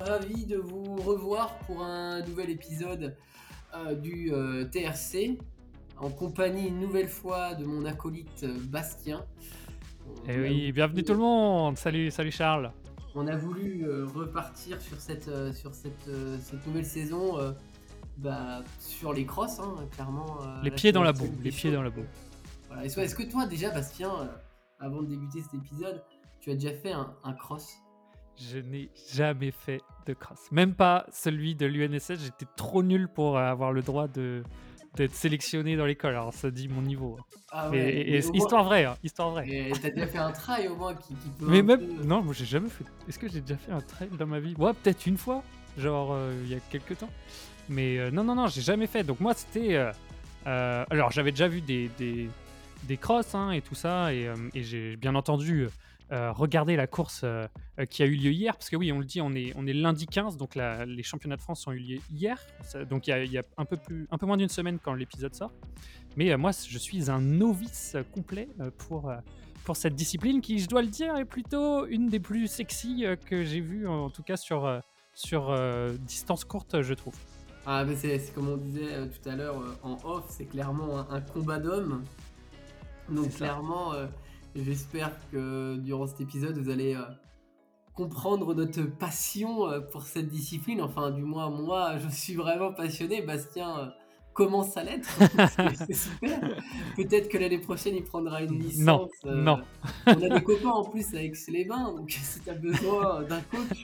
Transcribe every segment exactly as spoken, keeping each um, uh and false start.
ravi de vous revoir pour un nouvel épisode euh, du euh, T R C, en compagnie une nouvelle fois de mon acolyte euh, Bastien. Eh On a oui, bienvenue tout le voulu, monde. Salut, salut Charles. on a voulu euh, repartir sur cette, euh, sur cette, euh, cette nouvelle saison euh, bah, sur les crosses, hein, clairement. euh, Les là, pieds c'est dans la boue, l'actualité les pieds chaude. dans la boue. Voilà. Et soit, est-ce que toi déjà, Bastien, euh, avant de débuter cet épisode, tu as déjà fait un, un cross? Je n'ai jamais fait de cross. Même pas celui de l'U N S S. J'étais trop nul pour avoir le droit de d'être sélectionné dans l'école. Alors ça dit mon niveau. Ah Et, ouais, et- mais et- au moins, histoire vraie, hein, histoire vraie. et t'as déjà fait un trail au moins qui, qui peut Mais un même, peu. non, moi j'ai jamais fait. Est-ce que j'ai déjà fait un trail dans ma vie? Ouais, peut-être une fois, genre euh, il y a quelques temps. Mais euh, non, non, non, j'ai jamais fait. Donc moi c'était. euh, euh, alors j'avais déjà vu des, des, des crosses hein, et tout ça, et, euh, et j'ai bien entendu euh, regardé la course euh, euh, qui a eu lieu hier, parce que oui, on le dit, on est, on est lundi quinze, donc la- les championnats de France ont eu lieu hier, Ça- donc il y a, il y a un, peu plus, un peu moins d'une semaine quand l'épisode sort. Mais euh, moi, je suis un novice complet euh, pour, euh, pour cette discipline qui, je dois le dire, est plutôt une des plus sexy euh, que j'ai vues, en tout cas sur, euh, sur euh, distance courte, je trouve. Ah, mais c'est c'est comme on disait euh, tout à l'heure euh, en off, c'est clairement un, un combat d'hommes. C'est Donc, ça. clairement, euh, j'espère que durant cet épisode, vous allez euh, comprendre notre passion euh, pour cette discipline. Enfin, du moins, moi, je suis vraiment passionné. Bastien euh, commence à l'être. Donc c'est c'est super. Peut-être que l'année prochaine, il prendra une Non, licence. non. euh, On a des copains en plus à Aix-les-Bains. Donc, si tu as besoin d'un coach,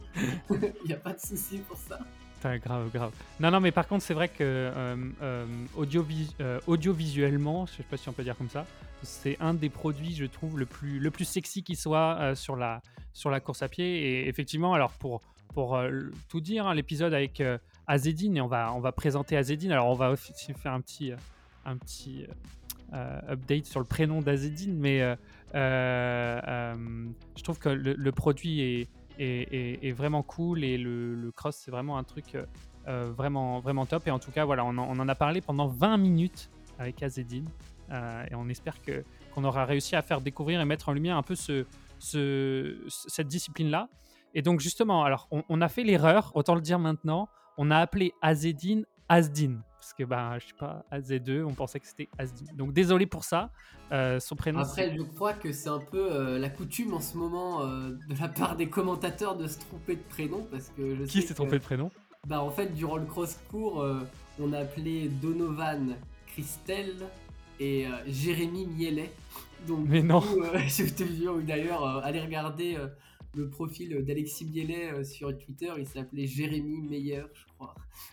il n'y a pas de souci pour ça. Putain, grave, grave. Non, non, mais par contre, c'est vrai que euh, euh, audiovis- euh, audiovisuellement, je sais pas si on peut dire comme ça, c'est un des produits, je trouve, le plus, le plus sexy qui soit euh, sur, la, sur la course à pied. Et effectivement, alors pour, pour euh, l- tout dire, hein, l'épisode avec euh, Azedine, et on va, on va présenter Azedine. Alors, on va aussi faire un petit, euh, un petit euh, update sur le prénom d'Azedine, mais euh, euh, euh, je trouve que le, le produit est, est, est- est vraiment cool, et le, le cross, c'est vraiment un truc euh, euh, vraiment, vraiment top. Et en tout cas, voilà, on en, on en a parlé pendant vingt minutes avec Azedine, euh, et on espère que, qu'on aura réussi à faire découvrir et mettre en lumière un peu ce, ce, cette discipline-là. Et donc, justement, alors, on, on a fait l'erreur, autant le dire maintenant, on a appelé Azedine Asdin. Parce que, bah, je sais pas, A Z deux, on pensait que c'était Asdin. Donc, désolé pour ça. Euh, son prénom, c'est. Après, je crois que c'est un peu euh, la coutume en ce moment euh, de la part des commentateurs de se tromper de prénom parce que je Qui sais s'est que, trompé de prénom? bah, en fait, durant le cross court, euh, on a appelé Donovan Christel et euh, Jérémy Mielet. Donc, Mais du non. coup, euh, je te jure, oui, d'ailleurs, euh, allez regarder euh, le profil d'Alexis Mielet euh, sur Twitter, il s'appelait Jérémy Meyer, je crois.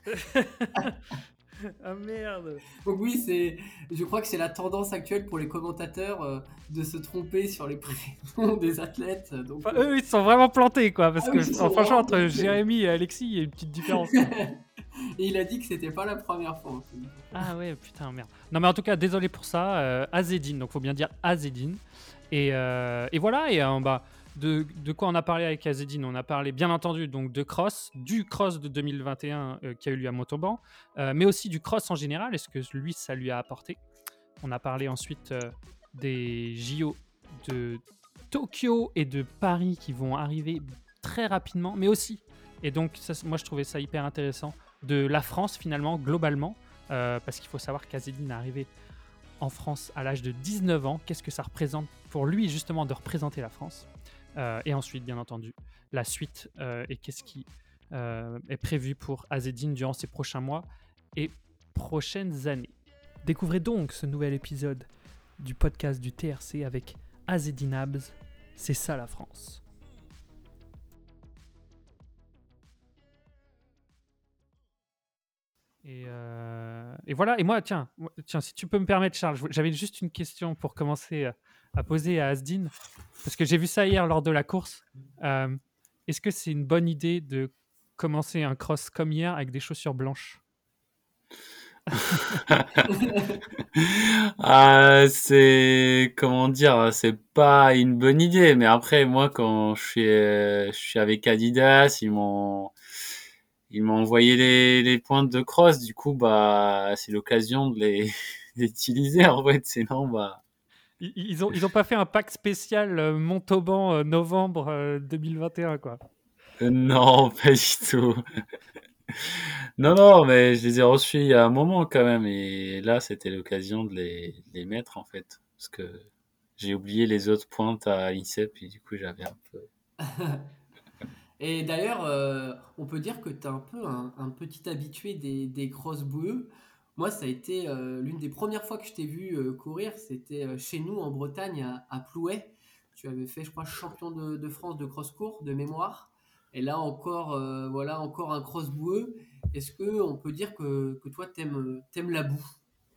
Ah merde. Donc oui, c'est, je crois que c'est la tendance actuelle pour les commentateurs euh, de se tromper sur les prénoms des athlètes. Donc, Enfin, euh, eux, ils se sont vraiment plantés, quoi. Parce ah que, oui, ils fr- sont franchement, vraiment entre plantés. Jérémy et Alexis, il y a une petite différence, quoi. Et il a dit que c'était pas la première fois. En fait. Ah ouais, putain, merde. Non, mais en tout cas, désolé pour ça. Euh, Azedine, donc faut bien dire Azedine. Et, euh, et voilà, et euh, bah, de, de quoi on a parlé avec Azedine? On a parlé, bien entendu, donc de cross, du cross de deux mille vingt et un euh, qui a eu lieu à Montauban, euh, mais aussi du cross en général, est-ce que lui, ça lui a apporté. On a parlé ensuite euh, des J O de Tokyo et de Paris qui vont arriver très rapidement, mais aussi, et donc ça, moi je trouvais ça hyper intéressant, de la France finalement, globalement, euh, parce qu'il faut savoir qu'Azedine est arrivé en France à l'âge de dix-neuf ans. Qu'est-ce que ça représente pour lui justement de représenter la France? Euh, et ensuite, bien entendu, la suite euh, et qu'est-ce qui euh, est prévu pour Azedine durant ces prochains mois et prochaines années. Découvrez donc ce nouvel épisode du podcast du T R C avec Azedine Abs. C'est ça la France. Et, euh, et voilà, et moi, tiens, moi- tiens, si tu peux me permettre, Charles, je- j'avais juste une question pour commencer à, à poser à Asdin, parce que j'ai vu ça hier lors de la course. Euh, Est-ce que c'est une bonne idée de commencer un cross comme hier avec des chaussures blanches? Ah, c'est, comment dire, c'est pas une bonne idée, mais après, moi, quand je suis, euh, je suis avec Adidas, ils m'ont, ils m'ont envoyé les, les pointes de cross, du coup, bah, c'est l'occasion de les, d'utiliser, en fait, sinon, bah, Ils, ils ont, ils ont pas fait un pack spécial euh, Montauban euh, novembre euh, deux mille vingt et un, quoi. Euh, non, pas du tout. Non, non, mais je les ai reçus il y a un moment quand même. Et là, c'était l'occasion de les, de les mettre, en fait. Parce que j'ai oublié les autres pointes à l'INSEP et du coup, j'avais un peu. Et d'ailleurs, euh, on peut dire que tu es un peu un, un petit habitué des, des crosses boueux. Moi, ça a été euh, l'une des premières fois que je t'ai vu euh, courir, c'était euh, chez nous en Bretagne, à, à Plouay. Tu avais fait, je crois, champion de, de France de cross court, de mémoire. Et là encore, euh, voilà, encore un cross boueux. Est-ce que on peut dire que, que toi, t'aimes, t'aimes la boue?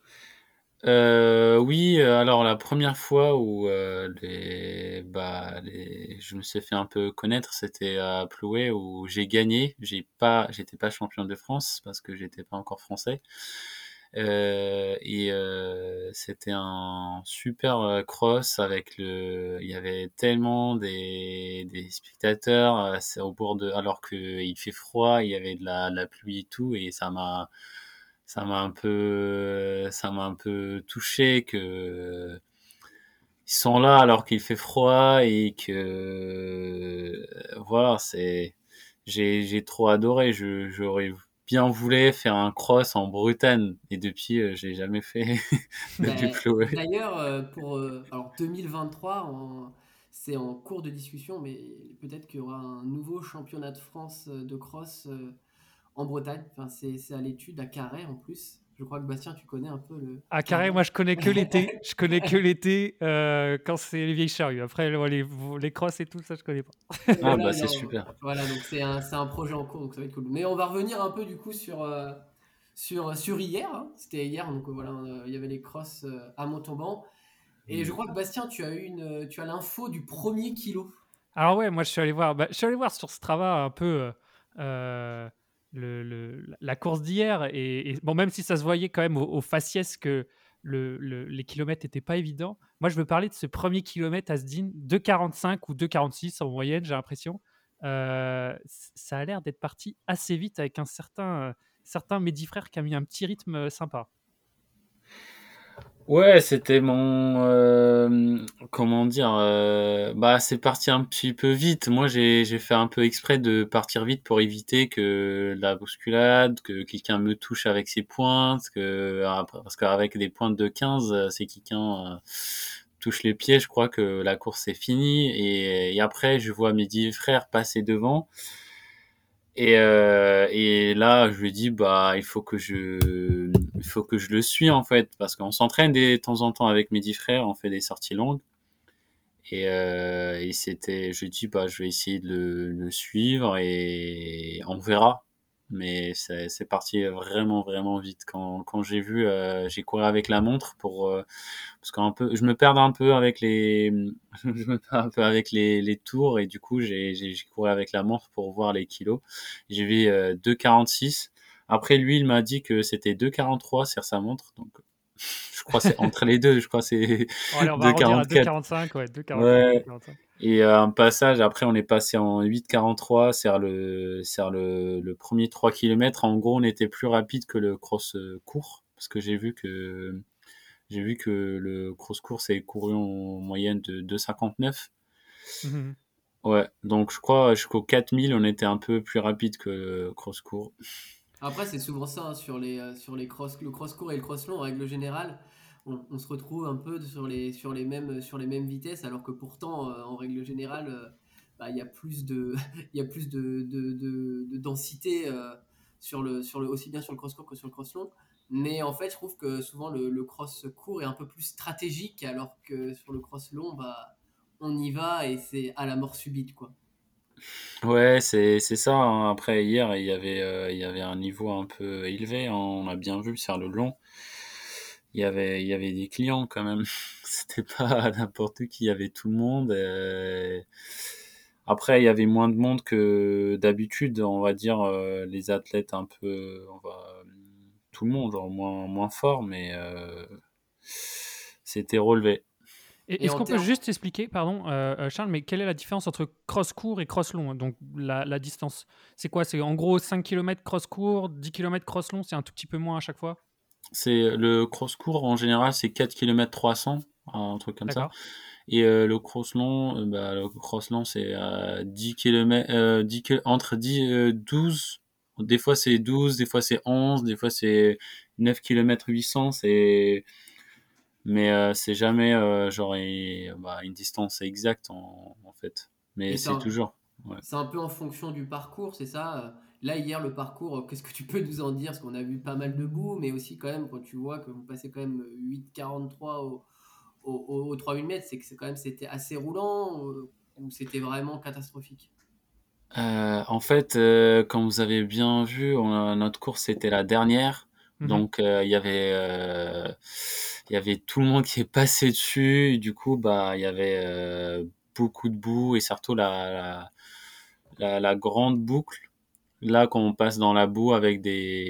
Euh, oui, euh, alors la première fois où euh, les, bah, les, je me suis fait un peu connaître, c'était à Plouay où j'ai gagné. J'ai pas, j'étais pas champion de France parce que j'étais pas encore français. Euh, et euh, c'était un super euh, cross avec le, il y avait tellement des, des spectateurs euh, c'est au bord de, alors que il fait froid, il y avait de la, de la pluie et tout, et ça m'a, ça m'a un peu, ça m'a un peu touché que ils sont là alors qu'il fait froid et que euh, voilà, c'est, j'ai, j'ai trop adoré. Je, j'aurais bien voulu faire un cross en Bretagne et depuis, euh, j'ai jamais fait depuis Ben, Plouay. d'ailleurs, euh, pour euh, alors deux mille vingt-trois, en- c'est en cours de discussion, mais peut-être qu'il y aura un nouveau championnat de France euh, de cross euh, en Bretagne. Enfin, c'est c'est à l'étude, à Carhaix en plus. Je crois que Bastien, tu connais un peu le Ah, carré, Carhaix. moi je connais que l'été. Je connais que l'été euh, quand c'est les vieilles charrues. Après, le- les, les crosses et tout, ça je connais pas. Ah bah Voilà, c'est non, super. voilà, donc c'est un, c'est un projet en cours, donc ça va être cool. Mais on va revenir un peu du coup sur, euh, sur, sur hier, hein. C'était hier, donc euh, voilà, euh, il y avait les crosses euh, à Montauban. Et je Mm. crois que Bastien, tu as eu une, tu as l'info du premier kilo. Alors ouais, moi je suis allé voir, bah, je suis allé voir sur Strava un peu euh, euh, le, le- la course d'hier et, et bon, même si ça se voyait quand même au, au faciès que le, le- les kilomètres n'étaient pas évidents, moi je veux parler de ce premier kilomètre à Sdin, deux quarante-cinq ou deux quarante-six en moyenne, j'ai l'impression. Euh, c- ça a l'air d'être parti assez vite avec un certain, euh, certain Mehdi Frère qui a mis un petit rythme euh, sympa. Ouais, c'était mon euh, comment dire euh, bah c'est parti un petit peu vite. Moi j'ai j'ai fait un peu exprès de partir vite pour éviter que la bousculade, que quelqu'un me touche avec ses pointes, que après- parce qu'avec des pointes de quinze, euh, si quelqu'un euh, touche les pieds, je crois que la course est finie et, et après je vois mes dix frères passer devant. Et, euh, et là, je lui dis, bah, il faut que je, il faut que je le suis, en fait, parce qu'on s'entraîne de temps en temps avec mes dix frères, on fait des sorties longues. Et, euh, et c'était, je dis, bah, je vais essayer de le, le suivre et on verra. Mais c'est, c'est parti vraiment, vraiment vite. Quand, quand j'ai vu, euh, j'ai couru avec la montre pour, euh, parce qu'un peu, je me perds un peu avec les, je me perds un peu avec les, les tours et du coup j'ai, j'ai, j'ai couru avec la montre pour voir les kilos. J'ai vu euh, deux quarante-six. Après lui, il m'a dit que c'était deux quarante-trois sur sa montre, donc je crois que c'est entre les deux. Je crois que c'est Bon, allez, on va deux arrondir à quarante-quatre. deux quarante-cinq, ouais, deux quarante-quatre, Ouais. deux quarante-cinq. Et euh, un passage, après on est passé en huit quarante-trois, c'est le, c'est le, le premier trois kilomètres. En gros, on était plus rapide que le cross euh, court, parce que j'ai vu que j'ai vu que le cross course est couru en moyenne de deux cinquante-neuf. Mhm. Ouais, donc je crois jusqu'aux quatre mille, on était un peu plus rapide que le cross court. Après, c'est souvent ça, hein, sur les, euh, sur les cross, le cross court et le cross long, en règle générale, on, on se retrouve un peu sur les, sur les mêmes, sur les mêmes vitesses, alors que pourtant, euh, en règle générale, euh, bah, il y a plus de, il y a plus de, de, de- de densité euh, sur le, sur le, aussi bien sur le cross court que sur le cross long. Mais en fait, je trouve que souvent le, le cross court est un peu plus stratégique, alors que sur le cross long, bah, on y va et c'est à la mort subite, quoi. Ouais, c'est c'est ça, hein. Après hier, il y avait euh, il y avait un niveau un peu élevé, hein. On a bien vu sur le long. Il y avait il y avait des clients quand même. C'était pas n'importe qui, il y avait tout le monde. euh. Après, il y avait moins de monde que d'habitude, on va dire euh, les athlètes un peu on va tout le monde genre moins moins fort mais euh, c'était relevé. Et Et est-ce en qu'on peut termes juste expliquer, pardon, euh, euh, Charles, mais quelle est la différence entre cross court et cross long, hein, donc la, la distance? C'est quoi? C'est en gros cinq kilomètres cross court, dix kilomètres cross long, c'est un tout petit peu moins à chaque fois? C'est le cross court en général, c'est quatre kilomètres trois cents, un truc comme ça. D'accord. Et euh, le cross long, euh, bah, le cross long, c'est à dix kilomètres, euh, dix ki- entre dix, euh, douze. Des fois, c'est douze, des fois, c'est onze, des fois, c'est neuf kilomètres huit cents. C'est, mais euh, c'est jamais euh, genre et- bah, une distance exacte en, en fait. Mais Et c'est c'est un, toujours. Ouais. c'est un peu en fonction du parcours, c'est ça? euh, Là, hier, le parcours, euh, qu'est-ce que tu peux nous en dire? Parce qu'on a vu pas mal de bouts, mais aussi quand même, quand tu vois que vous passez quand même huit quarante-trois au, au, au, au trois mille mètres, c'est que c'est quand même, c'était assez roulant euh, ou c'était vraiment catastrophique? Euh, en fait, euh, comme vous avez bien vu, on a- notre course c'était la dernière, Mhm. donc euh, il y avait euh, il y avait tout le monde qui est passé dessus. Et du coup, bah il y avait euh, beaucoup de boue et surtout la, la la la grande boucle. Là, quand on passe dans la boue avec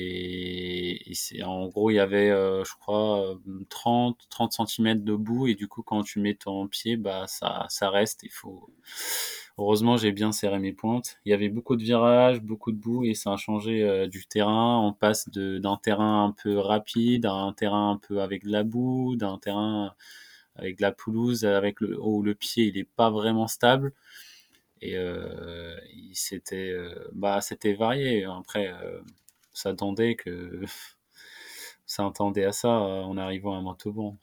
des, et c'est- en gros, il y avait, euh, je crois, euh, trente, trente centimètres de boue, et du coup, quand tu mets ton pied, bah, ça, ça reste. Il faut, heureusement, j'ai bien serré mes pointes. Il y avait beaucoup de virages, beaucoup de boue, et ça a changé, euh, du terrain. On passe de, d'un terrain un peu rapide à un terrain un peu avec de la boue, d'un terrain avec de la pelouse, avec le, où le pied, il est pas vraiment stable. Et euh, il c'était euh, bah c'était varié. Après, euh, ça tendait que ça entendait à ça euh, en arrivant à Montauban.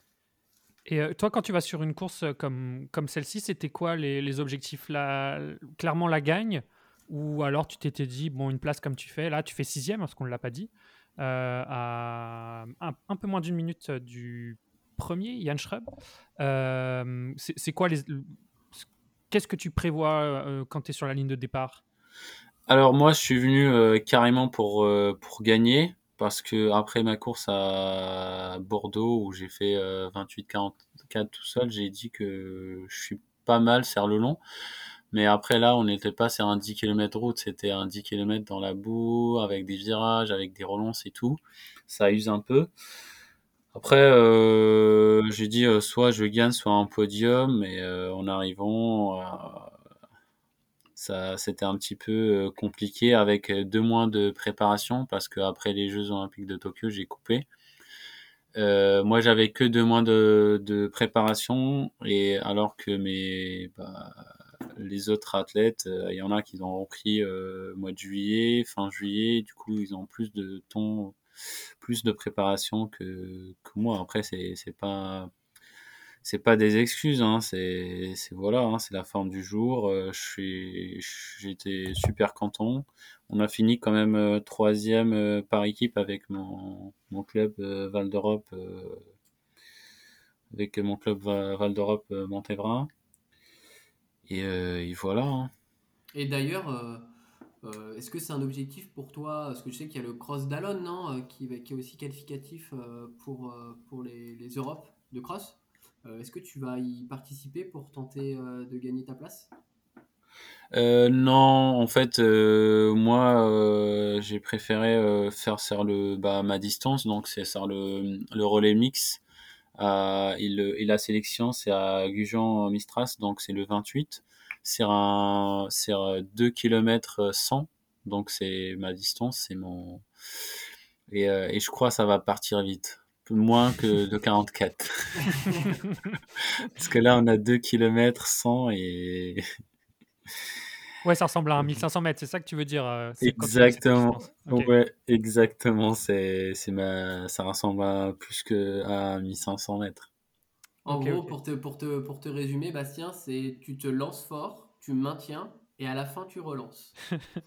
Et euh, toi, quand tu vas sur une course euh, comme, comme celle-ci, c'était quoi les, les objectifs la, clairement la gagne? Ou alors tu t'étais dit, bon, une place comme tu fais, là, tu fais sixième, parce qu'on ne l'a pas dit, euh, à un, un peu moins d'une minute euh, du premier, Yann Schrub. Euh, c'est c'est quoi les. Qu'est-ce que tu prévois euh, quand tu es sur la ligne de départ? Alors moi, je suis venu euh, carrément pour euh, pour gagner parce que après ma course à Bordeaux où j'ai fait euh, vingt-huit quarante-quatre tout seul, j'ai dit que je suis pas mal sur le long. Mais après là, on n'était pas sur un dix kilomètres route, c'était un dix kilomètres dans la boue, avec des virages, avec des relances et tout. Ça use un peu. Après, euh, j'ai dit euh, soit je gagne, soit un podium, mais euh, en arrivant, euh, ça, c'était un petit peu euh, compliqué avec euh, deux mois de préparation parce que après les Jeux Olympiques de Tokyo, j'ai coupé. Euh, moi, j'avais que deux mois de, de préparation et alors que mes bah, les autres athlètes, euh, il y en a qui ont repris euh, mois de juillet, fin juillet, du coup, ils ont plus de temps, plus de préparation que, que moi. Après, c'est c'est pas c'est pas des excuses, hein, c'est c'est voilà, hein, c'est la forme du jour. Euh, je suis j'étais super content. On a fini quand même euh, troisième euh, par équipe avec mon mon club euh, Val d'Europe euh, avec mon club Va- Val d'Europe euh, Montévrain et, euh, et voilà, hein. Et d'ailleurs, euh, euh, est-ce que c'est un objectif pour toi? Parce que je sais qu'il y a le Cross d'Alon, non? Euh, qui, va- qui est aussi qualificatif euh, pour, euh, pour les, les Europes de cross. Euh, est-ce que tu vas y participer pour tenter euh, de gagner ta place? Euh, non, en fait, euh, moi, euh, j'ai préféré euh, faire sur le bah, ma distance, donc c'est sur le, le relais mix. Euh, et, le- et la sélection, c'est à Gujan-Mestras, donc c'est le vingt-huit. C'est un, c'est euh, deux kilomètres cent, donc c'est ma distance, c'est mon. Et, euh, et je crois que ça va partir vite, moins que de quarante-quatre. Parce que là, on a deux kilomètres cent et. Ouais, ça ressemble à un mille cinq cents mètres, c'est ça que tu veux dire euh, c'est quand tu dis cette Exactement. distance. Ok. Ouais, exactement. C'est, c'est ma, ça ressemble à plus que à mille cinq cents mètres. En Ok, gros, ok. pour te, pour te, pour te résumer, Bastien, c'est tu te lances fort, tu maintiens, et à la fin, tu relances.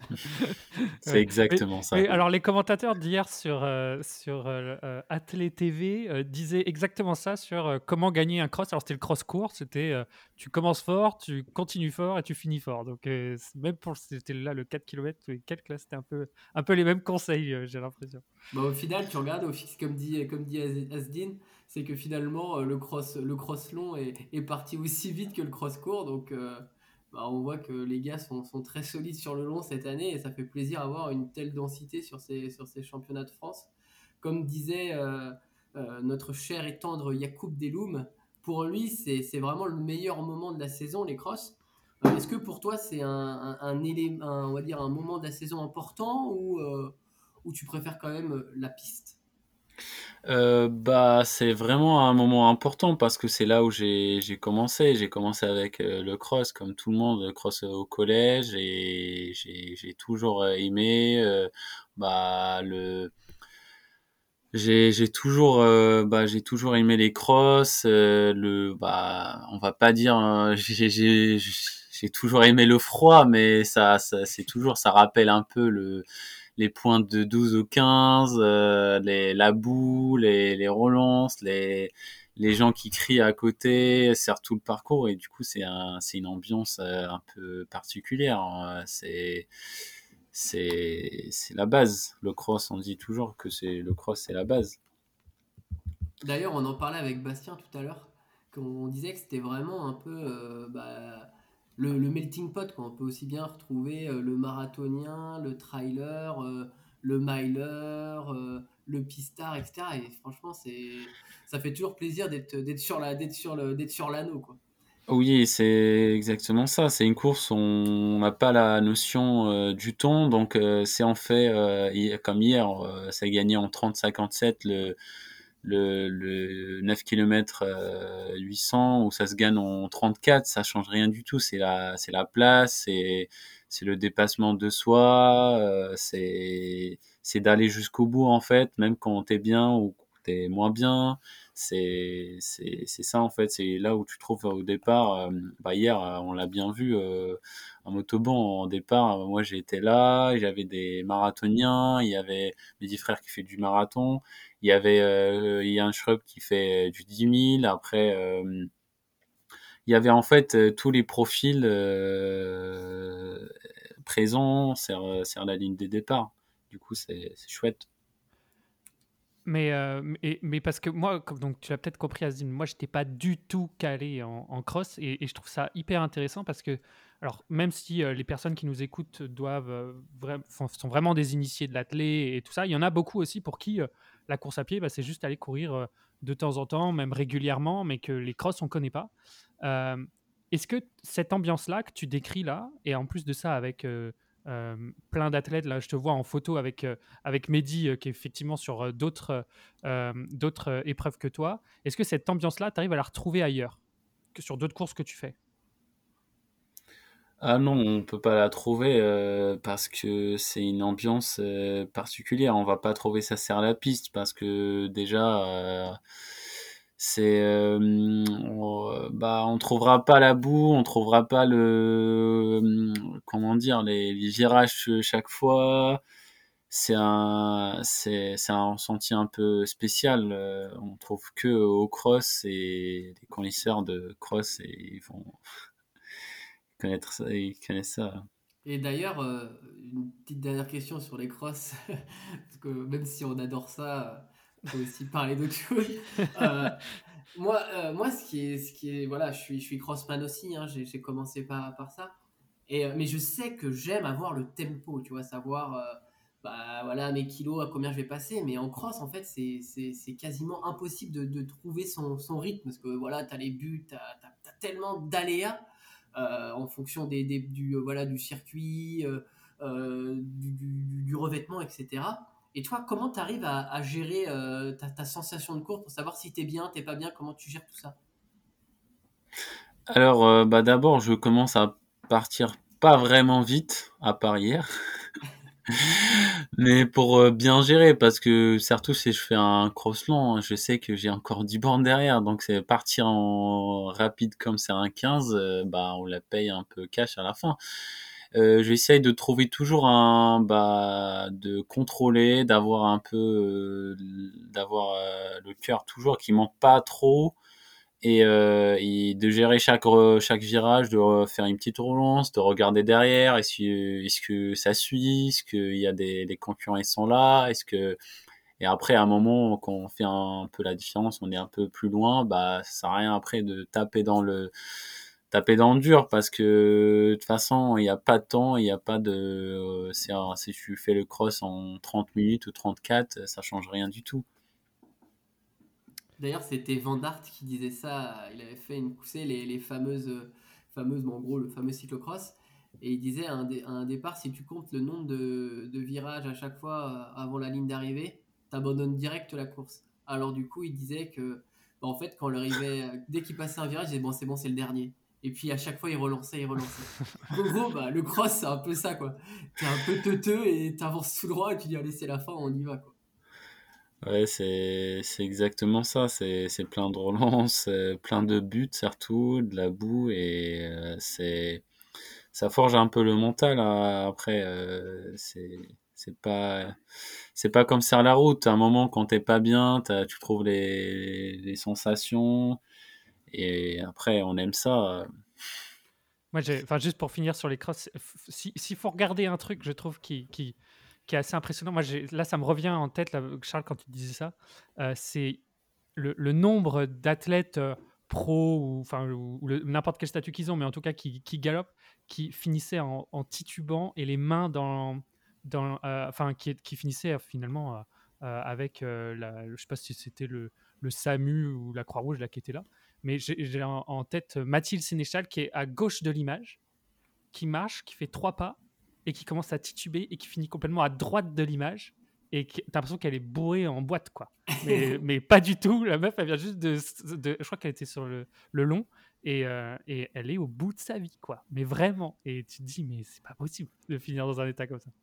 C'est Ouais. Mais, exactement ça. mais alors, les commentateurs d'hier sur, euh, sur euh, euh, Athlé T V euh, disaient exactement ça sur euh, comment gagner un cross. Alors, c'était le cross court, c'était euh, tu commences fort, tu continues fort et tu finis fort. Donc, euh, c'est- même pour c'était là le quatre kilomètres et quelques, là, c'était un peu, un peu les mêmes conseils, euh, j'ai l'impression. Bah, au final, tu regardes, au fi- comme dit, comme dit Az- Asdin, c'est que finalement, euh, le cross, le cross long est, est parti aussi vite que le cross court. Donc, euh, bah, on voit que les gars sont, sont très solides sur le long cette année et ça fait plaisir d'avoir une telle densité sur ces, sur ces championnats de France. Comme disait euh, euh, notre cher et tendre Yacoub Deloum, pour lui, c'est, c'est vraiment le meilleur moment de la saison, les crosses. Euh, est-ce que pour toi, c'est un, un, un élément, un- on va dire un moment de la saison important ou, euh, ou tu préfères quand même euh, la piste? Heu, bah, c'est vraiment un moment important parce que c'est là où j'ai j'ai commencé. J'ai commencé avec, heu, le cross comme tout le monde, le cross, heu, au collège et j'ai j'ai toujours, heu, aimé, heu, bah, le j'ai j'ai toujours, heu, bah, j'ai toujours aimé les crosses, heu, le bah, on va pas dire, heu, j'ai j'ai j'ai toujours aimé le froid, mais ça ça c'est toujours ça rappelle un peu le les pointes de douze ou quinze, euh, les, la boue, les, les relances, les, les gens qui crient à côté, servent tout le parcours et du coup c'est un, c'est une ambiance euh, un peu particulière. Hein. C'est, c'est, c'est la base. Le cross, on dit toujours que c'est le cross, c'est la base. D'ailleurs, on en parlait avec Bastien tout à l'heure, qu'on disait que c'était vraiment un peu euh, bah, le, le melting pot, quoi. On peut aussi bien retrouver euh, le marathonien, le trailer, euh, le miler, euh, le pistard, et cetera. Et franchement, c'est, ça fait toujours plaisir d'être, d'être sur la, d'être sur le, d'être sur l'anneau, quoi. Oui, c'est exactement ça. C'est une course, on n'a pas la notion euh, du temps, donc euh, c'est en fait euh, hi- comme hier, euh, ça a gagné en trente cinquante-sept le, le, le neuf kilomètres euh, huit cents où ça se gagne en trente-quatre, ça change rien du tout. C'est la, c'est la place, c'est, c'est le dépassement de soi, euh, c'est, c'est d'aller jusqu'au bout en fait, même quand t'es bien ou t'es moins bien. C'est, c'est, c'est ça en fait, c'est là où tu trouves au départ, euh, bah hier euh, on l'a bien vu euh, en motoban, en départ, euh, moi j'ai été là, j'avais des marathoniens, il y avait mes dix frères qui fait du marathon, il y avait euh, il y a un shrub qui fait du dix mille. Après, euh, il y avait en fait euh, tous les profils euh, présents sur, sur la ligne des départs. Du coup, c'est c'est chouette. Mais, euh, mais, mais parce que moi, comme, donc tu l'as peut-être compris, Azim, moi, j'étais pas du tout calé en, en cross et, et je trouve ça hyper intéressant parce que, alors, même si euh, les personnes qui nous écoutent doivent, euh, vra- font- sont vraiment des initiés de l'athlé et tout ça, il y en a beaucoup aussi pour qui euh, la course à pied, bah, c'est juste aller courir euh, de temps en temps, même régulièrement, mais que les crosses, on connaît pas. Euh, Est-ce que cette ambiance-là que tu décris là, et en plus de ça avec euh, euh, plein d'athlètes, là, je te vois en photo avec euh, avec Mehdi, euh, qui est effectivement sur euh, d'autres euh, d'autres euh, épreuves que toi. Est-ce que cette ambiance-là, tu arrives à la retrouver ailleurs que sur d'autres courses que tu fais? Ah non, on peut pas la trouver euh, parce que c'est une ambiance euh, particulière. On va pas trouver ça sur la piste parce que déjà euh, c'est euh, on, bah on trouvera pas la boue, on trouvera pas le comment dire les, les virages chaque fois. C'est un c'est c'est un ressenti un peu spécial. euh, on trouve que au cross et les connaisseurs de cross et ils vont connaître ça, ils connaissent ça. Et d'ailleurs, euh, une petite dernière question sur les crosses, parce que même si on adore ça, il faut aussi parler d'autre chose. Euh, moi, euh, moi, ce qui est, ce qui est, voilà, je suis, je suis crossman aussi, hein, j'ai j'ai commencé par, par ça. Et, euh, mais je sais que j'aime avoir le tempo, tu vois, savoir, euh, bah, voilà, mes kilos, à combien je vais passer. Mais en cross, en fait, c'est c'est- c'est quasiment impossible de, de trouver son, son rythme, parce que voilà, tu as les buts, tu as, tellement d'aléas euh, en fonction des, des- du, euh, voilà, du circuit, euh, euh, du, du- du revêtement, et cetera. Et toi, comment tu arrives à, à gérer euh, ta, ta sensation de course pour savoir si t'es bien, t'es pas bien, comment tu gères tout ça? Alors, euh, bah d'abord, je commence à partir pas vraiment vite, à part hier, mais pour euh, bien gérer, parce que surtout si je fais un cross long, hein, je sais que j'ai encore dix bornes derrière, donc c'est partir en rapide comme c'est un quinze, euh, bah on la paye un peu cash à la fin. Euh, j'essaye de trouver toujours un, bah, de contrôler, d'avoir un peu, euh, d'avoir euh, le cœur toujours qui manque pas trop et, euh, et de gérer chaque re- chaque virage, de re- faire une petite relance, de regarder derrière, est-ce que est-ce que ça suit, est-ce qu'il y a des les concurrents ils sont là, est-ce que et après à un moment quand on fait un, peu la différence, on est un peu plus loin, bah ça sert à rien après de taper dans le taper dans le dur parce que de toute façon il n'y a pas de temps, il n'y a pas de euh, c'est un- si tu fais le cross en trente minutes ou trente-quatre, ça change rien du tout. D'ailleurs, c'était Van Aert qui disait ça. Il avait fait une poussée, les, les fameuses, euh, fameuses, bon, en gros, le fameux cyclocross. Et il disait à un, dé- à un départ, si tu comptes le nombre de, de virages à chaque fois euh, avant la ligne d'arrivée, t'abandonnes direct la course. Alors du coup, il disait que, bah, en fait, quand il arrivait, euh, dès qu'il passait un virage, il disait bon, c'est bon, c'est le dernier. Et puis à chaque fois, il relançait, il relançait. Donc, en gros, bah, le cross, c'est un peu ça, quoi. T'es un peu teuteux et t'avances tout droit et tu dis allez, c'est la fin, on y va, quoi. Ouais, c'est c'est exactement ça. C'est c'est plein de relances, euh, plein de buts surtout, de la boue et euh, c'est ça forge un peu le mental. Hein. Après, euh, c'est c'est pas c'est pas comme sur la route. À un moment quand t'es pas bien, t'as, tu trouves les les sensations et après on aime ça. Moi, j'ai, enfin, juste pour finir sur les crosses, f- si, s'il faut regarder un truc, je trouve qui, qui, qui est assez impressionnant. Moi, j'ai, là, ça me revient en tête, là, Charles, quand tu disais ça, euh, c'est le, le nombre d'athlètes euh, pro ou, enfin, ou, ou le- n'importe quel statut qu'ils ont, mais en tout cas qui, qui galopent, qui finissaient en, en titubant et les mains dans, dans, euh, enfin, qui, qui finissaient euh, finalement euh, euh, avec, euh, la, je sais pas si c'était le, le SAMU ou la Croix-Rouge là qui était là, mais j'ai j'ai en, en tête Mathilde Sénéchal qui est à gauche de l'image, qui marche, qui fait trois pas et qui commence à tituber et qui finit complètement à droite de l'image et qui- t'as l'impression qu'elle est bourrée en boîte quoi. Mais, mais pas du tout, la meuf elle vient juste de, de- je crois qu'elle était sur le, le long et, euh, et elle est au bout de sa vie quoi. Mais vraiment, et tu te dis mais c'est pas possible de finir dans un état comme ça.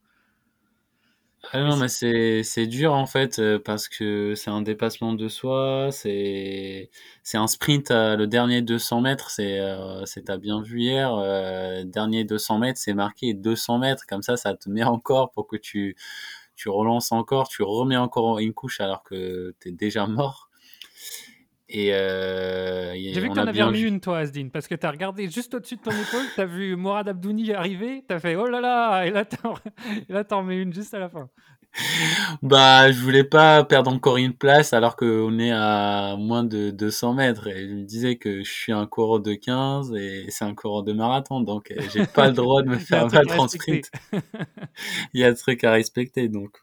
Ah Mais non, mais si- c'est c'est dur en fait euh, parce que c'est un dépassement de soi, c'est c'est un sprint à, le dernier deux cents mètres, c'est euh, c'est t'as bien vu hier, euh, dernier deux cents mètres, c'est marqué deux cents mètres, comme ça ça te met encore pour que tu tu relances encore, tu remets encore une couche alors que t'es déjà mort. Et, euh, J'ai et vu que on t'en a avais bien remis vu. une, toi, Asdine, parce que t'as regardé juste au-dessus de ton épaule, t'as vu Morad Abdouni arriver, t'as fait oh là là, et là t'en, et là, t'en remets une juste à la fin. Bah, je voulais pas perdre encore une place alors qu'on est à moins de deux cents mètres. Et je me disais que je suis un coureur de quinze et c'est un coureur de marathon. Donc, euh, j'ai pas le droit de me Il y a un faire truc à battre en respecter. sprint. Il y a un truc à respecter. Donc,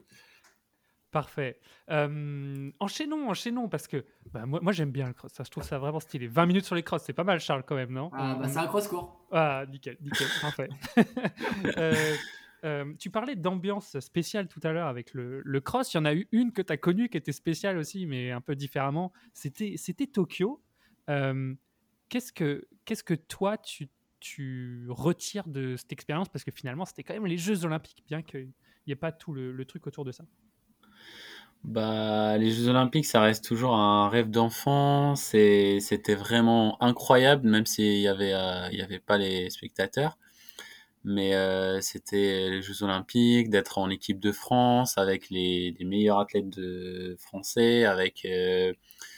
Parfait. Euh, enchaînons, enchaînons, parce que bah, moi, moi j'aime bien le cross, ça, je trouve ça vraiment stylé. vingt minutes sur les crosses, c'est pas mal, Charles, quand même, non? Ah, On- bah, on- c'est un cross-court. Ah, nickel, nickel, parfait. Euh, euh, tu parlais d'ambiance spéciale tout à l'heure avec le, le cross. Il y en a eu une que tu as connue qui était spéciale aussi, mais un peu différemment. C'était, c'était Tokyo. Euh, qu'est-ce, que, qu'est-ce que toi, tu, tu retires de cette expérience? Parce que finalement, c'était quand même les Jeux Olympiques, bien qu'il n'y ait pas tout le, le truc autour de ça. bah, les Jeux Olympiques, ça reste toujours un rêve d'enfant. C'est, c'était vraiment incroyable, même s'il y avait, euh, il y avait pas les spectateurs. Mais euh, c'était les Jeux Olympiques, d'être en équipe de France avec les, les meilleurs athlètes de français, avec euh,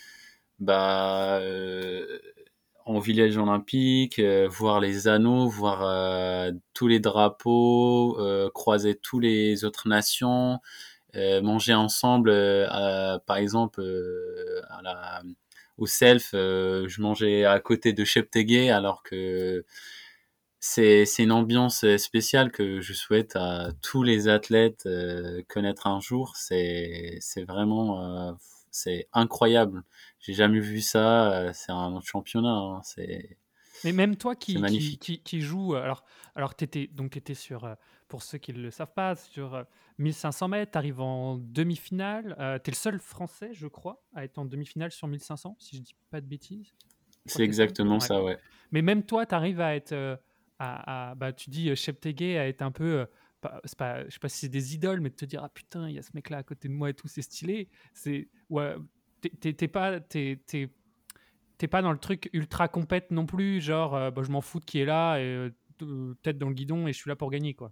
bah euh, en village olympique, euh, voir les anneaux, voir euh, tous les drapeaux, euh, croiser tous les autres nations, euh, manger ensemble. Euh, à- par exemple, euh, à la, au self, euh, je mangeais à côté de Cheptegei alors que c'est c'est une ambiance euh, spéciale que je souhaite à tous les athlètes euh, connaître un jour. C'est c'est vraiment euh, c'est incroyable. J'ai jamais vu ça. euh, C'est un championnat. Hein. C'est Mais même toi c'est qui, qui, magnifique. qui, qui joues, euh, alors, alors tu étais, donc étais sur, euh, pour ceux qui ne le savent pas, sur euh, mille cinq cents mètres, tu arrives en demi-finale. Euh, tu es le seul Français, je crois, à être en demi-finale sur mille cinq cents, si je dis pas de bêtises. Je crois C'est que c'est ça. exactement Ouais. ça, ouais. Mais même toi, tu arrives à être, euh, à, à- bah, tu dis euh, Cheptegei, à être un peu, euh, pas, c'est pas, je sais pas si c'est des idoles, mais de te dire, ah putain, il y a ce mec-là à côté de moi et tout, c'est stylé. C'est, ouais, t'es t'es- t'es pas, t'es, t'es t'es pas dans le truc ultra compète non plus, genre euh, bah, je m'en fous de qui est là et euh, tête dans le guidon et je suis là pour gagner quoi.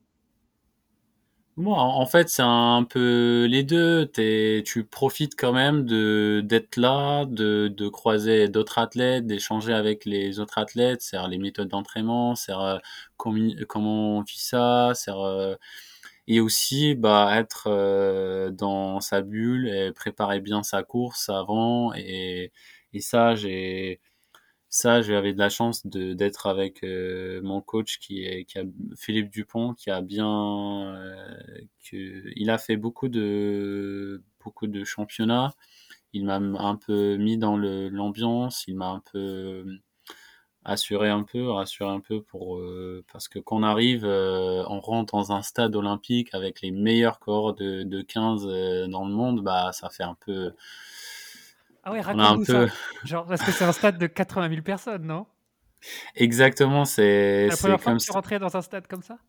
Moi, en en fait, c'est un peu les deux. T'es, tu profites quand même de d'être là, de, de croiser d'autres athlètes, d'échanger avec les autres athlètes, c'est les méthodes d'entraînement, c'est euh, commi- comment on vit ça, c'est euh, et aussi bah être euh, dans sa bulle et préparer bien sa course avant et et ça j'ai ça, j'avais de la chance de d'être avec euh, mon coach qui est qui a Philippe Dupont qui a bien euh, que il a fait beaucoup de beaucoup de championnats. Il m'a un peu mis dans le l'ambiance, il m'a un peu assurer un peu, rassurer un peu pour euh, parce que quand on arrive, euh, on rentre dans un stade olympique avec les meilleurs corps de, de quinze euh, dans le monde, bah ça fait un peu, Ah ouais, on a un raconte-nous ça. peu Genre, parce que c'est un stade de quatre-vingt mille personnes, non? exactement, c'est C'est la c'est première fois comme que tu ça. rentrais dans un stade comme ça?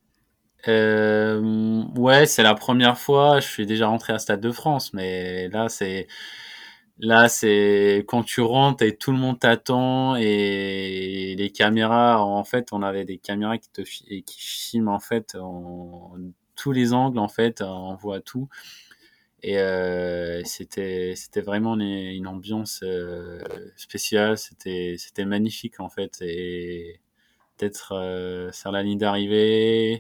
Euh, ouais, c'est la première fois. Je suis déjà rentré à Stade de France, mais là c'est là c'est quand tu rentres et tout le monde t'attend et les caméras. En fait, on avait des caméras qui te fi- et qui filment en fait en tous les angles en fait, on voit tout et euh, c'était c'était vraiment une, une ambiance euh, spéciale. C'était c'était magnifique en fait et d'être euh, sur la ligne d'arrivée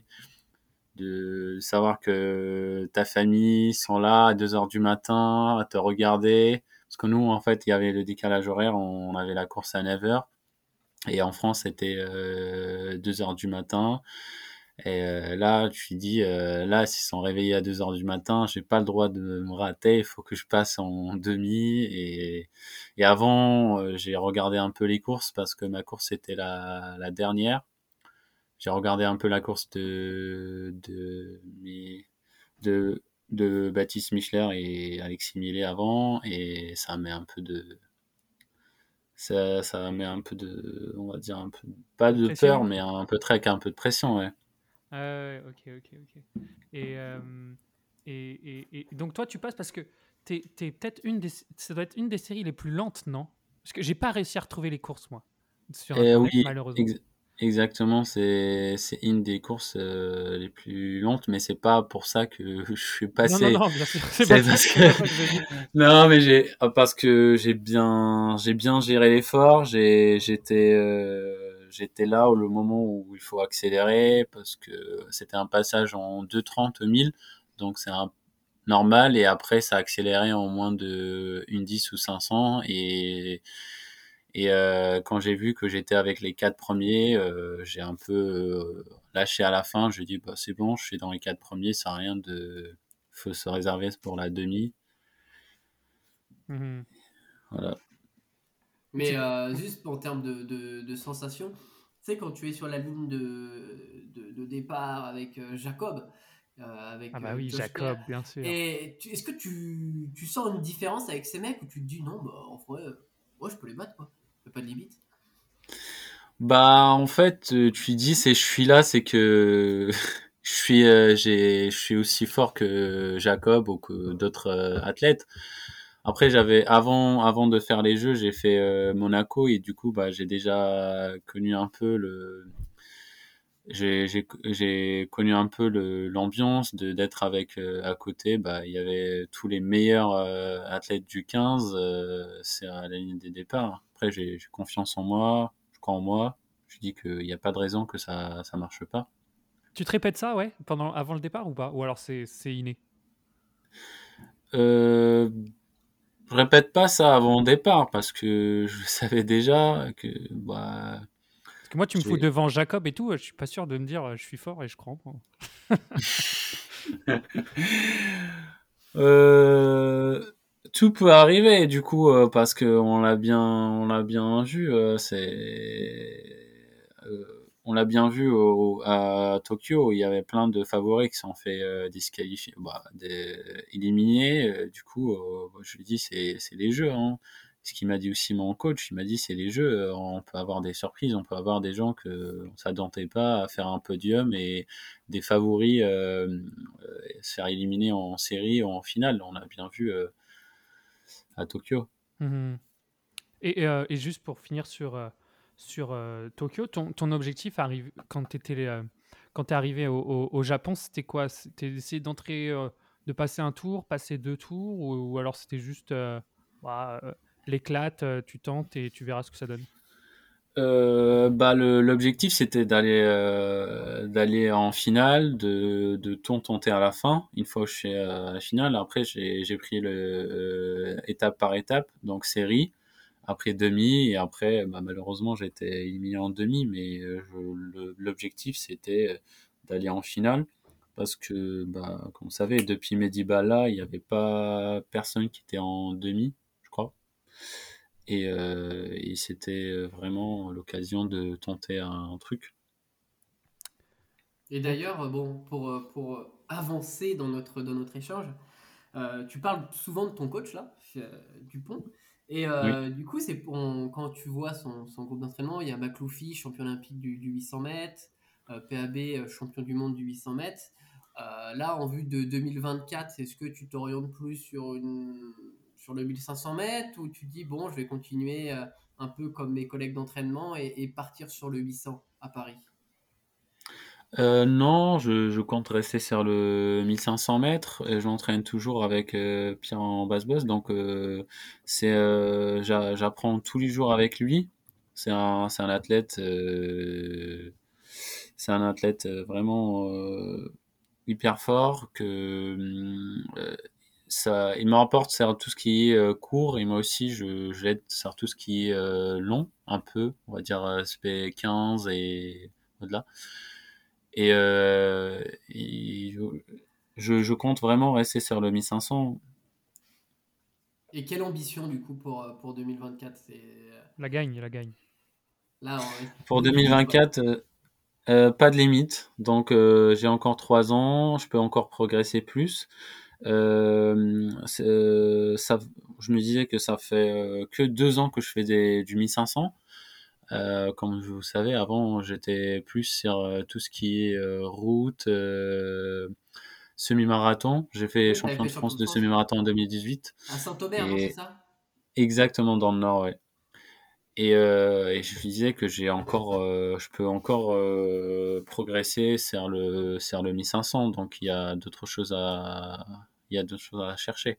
de savoir que ta famille sont là à deux heures du matin à te regarder. Parce que nous, en fait, il y avait le décalage horaire, on avait la course à neuf heures. Et en France, c'était euh, deux heures du matin. Et euh, là, tu te dis, euh, là, s'ils sont réveillés à deux heures du matin, j'ai pas le droit de me rater, il faut que je passe en demi. Et, et avant, euh, j'ai regardé un peu les courses parce que ma course était la, la dernière. J'ai regardé un peu la course de, de, mes- de, de Baptiste Michler et Alexis Millet avant, et ça met un peu de, ça, ça met un peu de, on va dire un peu, pas De de peur, pression? mais un peu très, un peu de pression, ouais. Ah ouais, ok, ok, ok. Et, euh, et, et, et donc toi, tu passes parce que t'es, t'es peut-être une des, ça doit être une des séries les plus lentes, non? Parce que j'ai pas réussi à retrouver les courses, moi, sur Et Internet, oui, malheureusement. ex- exactement, c'est, c'est une des courses euh, les plus lentes, mais c'est pas pour ça que je suis Non, non, passé. non, bien sûr, c'est pas C'est ça, parce c'est que pas ça que je veux dire. non, mais j'ai ah, parce que j'ai bien j'ai bien géré l'effort. J'ai j'étais euh, j'étais là au le moment où il faut accélérer parce que c'était un passage en deux trente mille, donc c'est un normal et après ça a accéléré en moins de une dix ou cinq cents et et euh, quand j'ai vu que j'étais avec les quatre premiers, euh, j'ai un peu euh, lâché à la fin. Je dis bah c'est bon, je suis dans les quatre premiers, ça a rien de faut se réserver pour la demi. Mhm. Voilà. Mais C'est- euh, juste en termes de, de, de sensations, tu sais, quand tu es sur la ligne de, de, de départ avec euh, Jacob, euh, Ah avec bah euh, oui, Josh Blair, Jacob, bien sûr. et tu- est-ce que tu, tu sens une différence avec ces mecs ou tu te dis non, bah en vrai, euh, moi je peux les battre quoi, y a pas de limite. Bah, en fait, euh, tu dis c'est je suis là, c'est que je suis euh, j'ai je suis aussi fort que Jacob ou que d'autres euh, athlètes. Après, j'avais avant avant de faire les jeux, j'ai fait euh, Monaco et du coup, bah j'ai déjà connu un peu le j'ai j'ai j'ai connu un peu le l'ambiance de d'être avec euh, à côté, bah il y avait tous les meilleurs euh, athlètes du quinze, euh, c'est à la ligne des départs. Après, j'ai j'ai confiance en moi, je crois en moi. Je dis qu'il n'y a pas de raison que ça ça marche pas. Tu te répètes ça, ouais, pendant, avant le départ ou pas? Ou alors c'est, c'est inné? Euh, je répète pas ça avant le départ parce que je savais déjà que bah Parce que moi, tu me fous j'ai devant Jacob et tout, euh, je suis pas sûr de me dire euh, je suis fort et je crois. Moi. Euh, tout peut arriver du coup euh, parce que on l'a bien on l'a bien vu euh, c'est euh, on l'a bien vu au, à Tokyo, il y avait plein de favoris qui sont fait euh, disqualifier bah, des, éliminés euh, du coup euh, je lui dis c'est c'est les jeux hein. Ce qu'il m'a dit aussi mon coach, il m'a dit c'est les jeux, euh, on peut avoir des surprises, on peut avoir des gens que on s'attendait pas à faire un podium et des favoris euh, euh, se faire éliminer en série ou en finale. On l'a bien vu euh, à Tokyo. Mhm. Et, et, euh, et juste pour finir sur, euh, sur euh, Tokyo, ton, ton objectif arrive, quand tu étais, euh, quand t'es arrivé au, au- au Japon, c'était quoi? C'était d'essayer d'entrer, euh, de passer un tour, passer deux tours, ou, ou alors c'était juste euh, bah, euh, l'éclate, euh, tu tentes et tu verras ce que ça donne. Euh, bah le, l'objectif c'était d'aller euh, d'aller en finale, de, de tout tenter à la fin. Une fois que je suis à la finale, après j'ai j'ai pris le euh, étape par étape, donc série, après demi et après bah, malheureusement j'étais éliminé en demi, mais euh, je- le- l'objectif c'était d'aller en finale parce que bah comme vous savez depuis Medibala il n'y avait pas personne qui était en demi, je crois. Et, euh, et c'était vraiment l'occasion de tenter un, un truc. Et Ok. d'ailleurs, bon, pour, euh, pour avancer dans notre, dans notre échange, euh, tu parles souvent de ton coach là, euh, Dupont. Et Oui. euh, du coup, c'est pour, on- quand tu vois son, son groupe d'entraînement, il y a Makloufi, champion olympique du, du huit cents mètres, euh, P A B, euh, champion du monde du huit cents mètres. Euh, là, en vue de deux mille vingt-quatre, est-ce que tu t'orientes plus sur, une, sur le mille cinq cents mètres ou tu dis, bon, je vais continuer euh, un peu comme mes collègues d'entraînement et, et partir sur le huit cents à Paris? Euh, non, je, je compte rester sur le mille cinq cents mètres. Et j'entraîne toujours avec euh, Pierre en basse bosse, donc euh, c'est euh, j'a- j'apprends tous les jours avec lui. C'est un, c'est un athlète, euh, c'est un athlète euh, vraiment euh, hyper fort que hum, euh, ça, il me rapporte sur tout ce qui est euh, court et moi aussi je, je l'aide sur tout ce qui est euh, long, un peu, on va dire euh, S P quinze et au-delà. Et, euh, et je, je compte vraiment rester sur le mille cinq cents. Et quelle ambition du coup pour, euh, pour deux mille vingt-quatre? C'est euh, La gagne, la gagne. là, ouais. Pour No limite quoi. deux mille vingt-quatre, euh, euh, pas de limite. Donc euh, j'ai encore trois ans, je peux encore progresser plus. Euh, c'est- euh, ça, je me disais que ça fait euh, que deux ans que je fais des, du mille cinq cents. Euh, comme vous savez, avant j'étais plus sur euh, tout ce qui est euh, route, euh, semi-marathon. J'ai fait Oui, t'avais champion fait de champion France de de France, ouais. semi-marathon en deux mille dix-huit. À Saint-Omer, non, c'est Et ça? exactement dans le nord, ouais. Et, euh, et je me disais que j'ai encore, euh, je peux encore euh, progresser sur le, sur le mille cinq cents. Donc il y a d'autres choses à, il y a d'autres choses à chercher.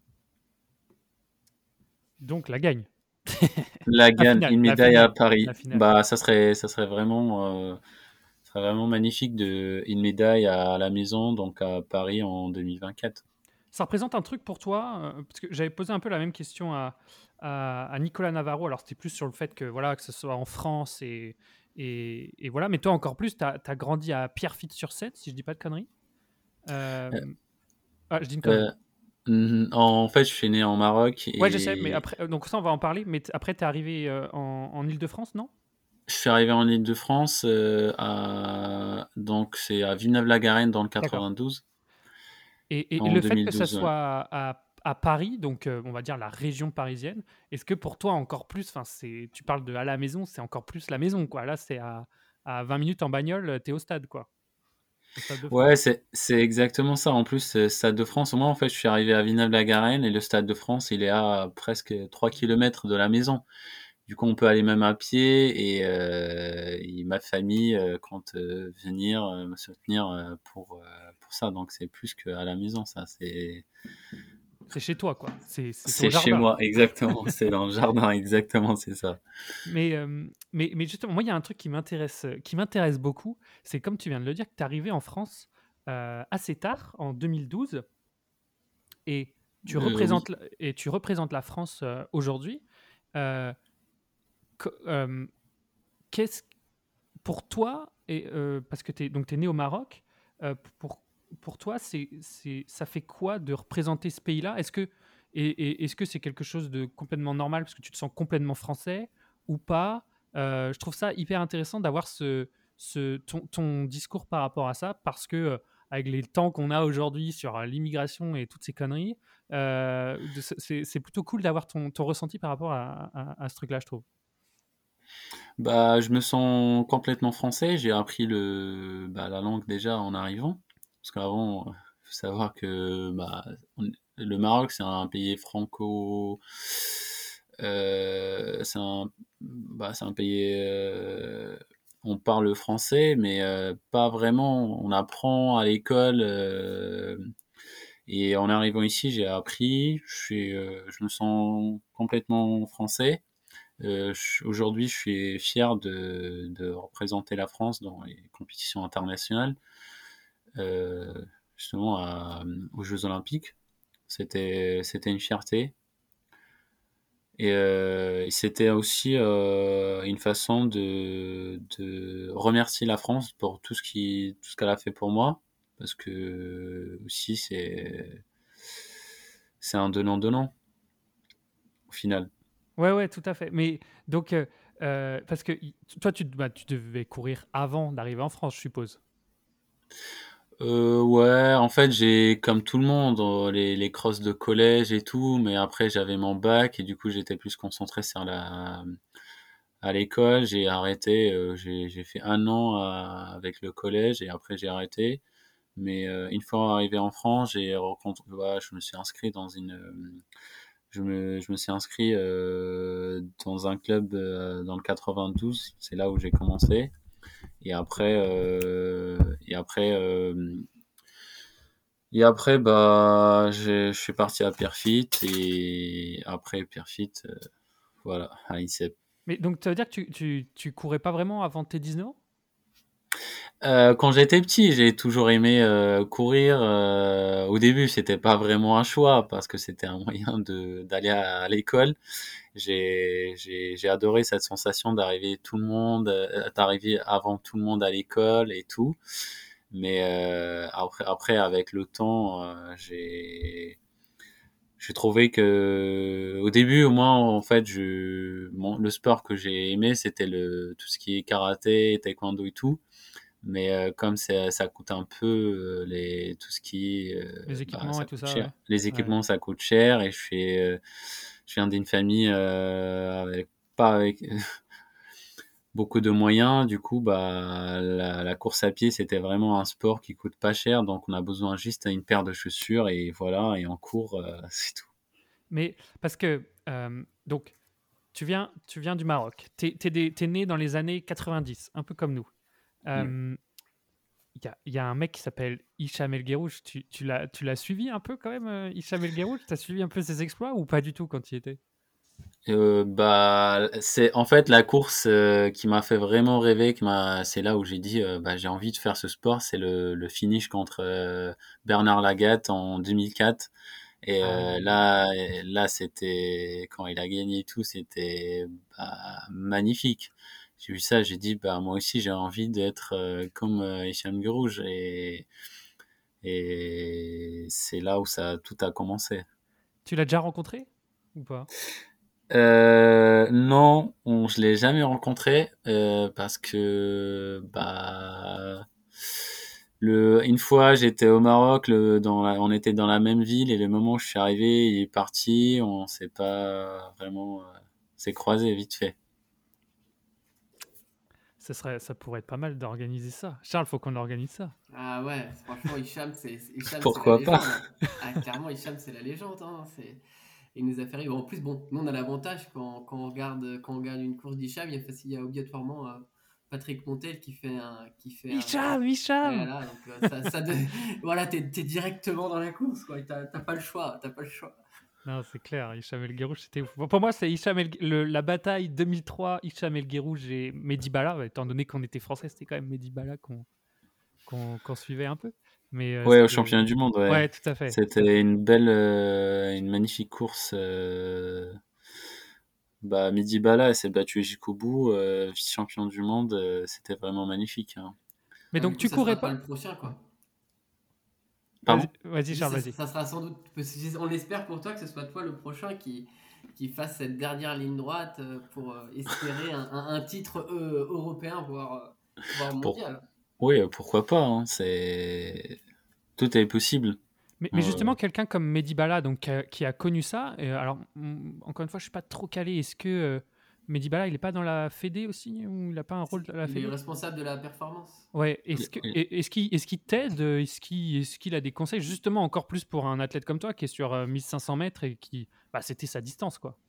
Donc la gagne. La La gagne, finale, une la médaille à finale, la Paris, finale. bah ça serait, ça serait vraiment, euh, ça serait vraiment magnifique de une médaille à la maison, donc à Paris en deux mille vingt-quatre. Ça représente un truc pour toi, euh, parce que j'avais posé un peu la même question à, à, à Nicolas Navarro. Alors c'était plus sur le fait que voilà que ce soit en France et, et, et voilà, mais toi encore plus, tu as grandi à Pierrefitte-sur-Seine, si je dis pas de conneries. Euh, ah, je dis une connerie. Euh, mhm, en fait, je suis né en Maroc Ouais, je sais, mais et après, euh, donc ça on va en parler. Mais t- après, t'es arrivé euh, en, en Île-de-France, non? je suis arrivé en Île-de-France, euh, à, donc c'est à Villeneuve-la-Garenne dans le D'accord. quatre-vingt-douze, Et, et- et en le fait que ça deux mille douze. Ouais. soit à, à Paris, donc euh, on va dire la région parisienne, est-ce que pour toi encore plus, enfin c'est, tu parles de à la maison, c'est encore plus la maison quoi. Là c'est à, à vingt minutes en bagnole, t'es au stade quoi, au stade de Ouais, France. c'est c'est exactement ça. En plus, euh, Stade de France, moi, en fait, je suis arrivé à Villeneuve-la-Garenne et le Stade de France, il est à presque trois kilomètres de la maison. Du coup, on peut aller même à pied et, euh, et ma famille euh, compte euh, venir euh, me soutenir euh, pour, euh, pour ça. Donc, c'est plus qu'à la maison, ça. C'est C'est chez toi quoi, c'est c'est ton c'est chez jardin. moi, exactement. C'est dans le jardin, exactement, c'est ça. Mais, euh, mais, mais justement, moi il y a un truc qui m'intéresse, euh, qui m'intéresse beaucoup, c'est comme tu viens de le dire, que tu es arrivé en France euh, assez tard, en deux mille douze, et tu Euh, oui. représentes, la- et tu représentes la France euh, aujourd'hui. Euh, co- euh, qu'est-ce pour toi, et, euh, parce que tu es, donc t'es né au Maroc, euh, pour, pour toi, c'est, c'est, ça fait quoi de représenter ce pays-là? Est-ce que, et, et- est-ce que c'est quelque chose de complètement normal parce que tu te sens complètement français ou pas? Euh, je trouve ça hyper intéressant d'avoir ce, ce, ton, ton discours par rapport à ça parce que, euh, avec les temps qu'on a aujourd'hui sur euh, l'immigration et toutes ces conneries, euh, de- c'est, c'est plutôt cool d'avoir ton, ton ressenti par rapport à, à- à ce truc-là, je trouve. Bah, je me sens complètement français. J'ai appris le, bah, la langue déjà en arrivant. Parce qu'avant, il faut savoir que bah, on- le Maroc, c'est un pays franco. euh, c'est un, bah, c'est un pays. euh, on parle français, mais euh, pas vraiment. On apprend à l'école. euh, et en arrivant ici, j'ai appris. Je suis, euh, je me sens complètement français. Euh, je- aujourd'hui, je suis fier de, de représenter la France dans les compétitions internationales, euh, justement à- aux Jeux Olympiques. C'était, c'était une fierté. Et, euh, et c'était aussi euh, une façon de, de remercier la France pour tout ce qui, tout ce qu'elle a fait pour moi, parce que aussi c'est, c'est un donnant-donnant au final. Ouais, ouais, tout à fait. Mais donc, euh, euh, parce que y- toi, tu, bah, tu devais courir avant d'arriver en France, je suppose. Euh, ouais, en fait, j'ai, comme tout le monde, euh, les, les crosses de collège et tout, mais après, j'avais mon bac et du coup, j'étais plus concentré sur la, à l'école. J'ai arrêté, euh, j'ai, j'ai fait un an à- avec le collège et après, j'ai arrêté. Mais euh, une fois arrivé en France, j'ai rencontré, ouais, je me suis inscrit dans une, euh, je me, je me suis inscrit euh, dans un club euh, dans le quatre-vingt-douze. C'est là où j'ai commencé. Et après, euh, et après, euh, et après, bah, je, je suis parti à Pierrefitte et après Pierrefitte, euh, voilà, à l'INSEP. Mais donc, ça veut dire que tu, tu, tu courais pas vraiment avant tes dix-neuf ans? Euh, quand j'étais petit, j'ai toujours aimé euh, courir. Euh, au début, c'était pas vraiment un choix parce que c'était un moyen de d'aller à, à l'école. J'ai j'ai j'ai adoré cette sensation d'arriver tout le monde, euh, d'arriver avant tout le monde à l'école et tout. Mais euh, après après avec le temps, euh, j'ai j'ai trouvé que au début au moins en fait je mon, le sport que j'ai aimé c'était le tout ce qui est karaté, taekwondo et tout. Mais euh, comme c'est- ça coûte un peu euh, les tout ce qui est, euh, Les bah équipements et ça tout coûte ça, cher. ouais. Les Ouais. équipements ça coûte cher et je fais euh, je viens d'une famille euh, avec pas avec beaucoup de moyens. Du coup bah la, la course à pied c'était vraiment un sport qui coûte pas cher donc on a besoin juste d'une paire de chaussures et voilà et on court euh, c'est tout. Mais parce que, euh, donc, tu viens, tu viens du Maroc. Tu es, né dans les années quatre-vingt-dix, un peu comme nous. Ouais. Euh, Il y a, il y a un mec qui s'appelle Hicham El Guerrouj. Tu, tu l'as, tu l'as suivi un peu quand même, euh, Hicham El Guerrouj? Tu as suivi un peu ses exploits ou pas du tout quand il était? Euh, bah, c'est en fait la course euh, qui m'a fait vraiment rêver, qui m'a, c'est là où j'ai dit euh, bah, j'ai envie de faire ce sport, c'est le, le finish contre euh, Bernard Lagat en deux mille quatre. Et Ah euh, oui. là, là c'était quand il a gagné et tout, c'était bah, magnifique. J'ai vu ça, j'ai dit bah moi aussi j'ai envie d'être euh, comme euh, Hicham Guerrouj et et c'est là où ça tout a commencé. Tu l'as déjà rencontré ou pas? Euh, non, on, je l'ai jamais rencontré euh, parce que bah le une fois j'étais au Maroc, le, dans la- on était dans la même ville et le moment où je suis arrivé, il est parti, on s'est pas vraiment euh, s'est croisé vite fait. Ça serait, ça pourrait être pas mal d'organiser ça. Charles, faut qu'on organise ça. Ah ouais, franchement, Hicham, c'est Hicham, c'est la Pourquoi pas? légende, hein. Ah, clairement, Hicham, c'est la légende, hein. C'est... Il nous a fait rire. En plus, bon, nous, on a l'avantage quand, quand on regarde, quand on regarde une course d'Hicham, il y a, faci- il y a obligatoirement euh, Patrick Montel qui fait un, qui fait un, Hicham, Hicham! voilà, donc euh, ça, ça de- voilà, t'es, t'es directement dans la course, quoi. T'as, t'as pas le choix, t'as pas le choix. Non, c'est clair, Hicham El Guerrouj, c'était ouf. Bon, pour moi, c'est Hicham El- le- la bataille deux mille trois, Hicham El Guerrouj et Mehdi Bala. Bah, étant donné qu'on était français, c'était quand même Mehdi Bala qu'on qu'on qu'on suivait un peu. Mais euh, Ouais, au c'était... championnat du monde, ouais. Ouais, tout à fait, tout à C'était fait. une belle, euh, une magnifique course. Euh, bah, Midi Bala, elle s'est battue jusqu'au bout, euh, vice-champion du monde, euh, c'était vraiment magnifique, hein. Mais Ah, donc, du coup, tu ça courais sera pas pas? le prochain, Ouais. quoi. Vas-y, Pardon? vas-y, Je dis, Charles, ça, vas-y. ça sera sans doute, on espère pour toi que ce soit toi le prochain qui, qui fasse cette dernière ligne droite euh, pour euh, espérer un, un- un titre euh, européen, voire, euh, voire Pour... mondial. Oui, euh, pourquoi pas, hein, c'est... Tout est possible. Mais, mais Euh, justement, quelqu'un comme Mehdi Bala, donc, qui a, qui a connu ça, et, euh, alors, mm, encore une fois, je suis pas trop calé. Est-ce que euh, Mehdi Bala, il est pas dans la Fédé aussi? Ou il a pas un rôle Si, dans la il est Fédé? responsable de la performance. Ouais, il- est-ce que, il- est- est-ce qu'il est-ce qu'il t'aide? Est-ce qu'il est-ce qu'il a des conseils, justement, encore plus pour un athlète comme toi, qui est sur euh, mille cinq cents mètres et qui, bah, c'était sa distance, quoi.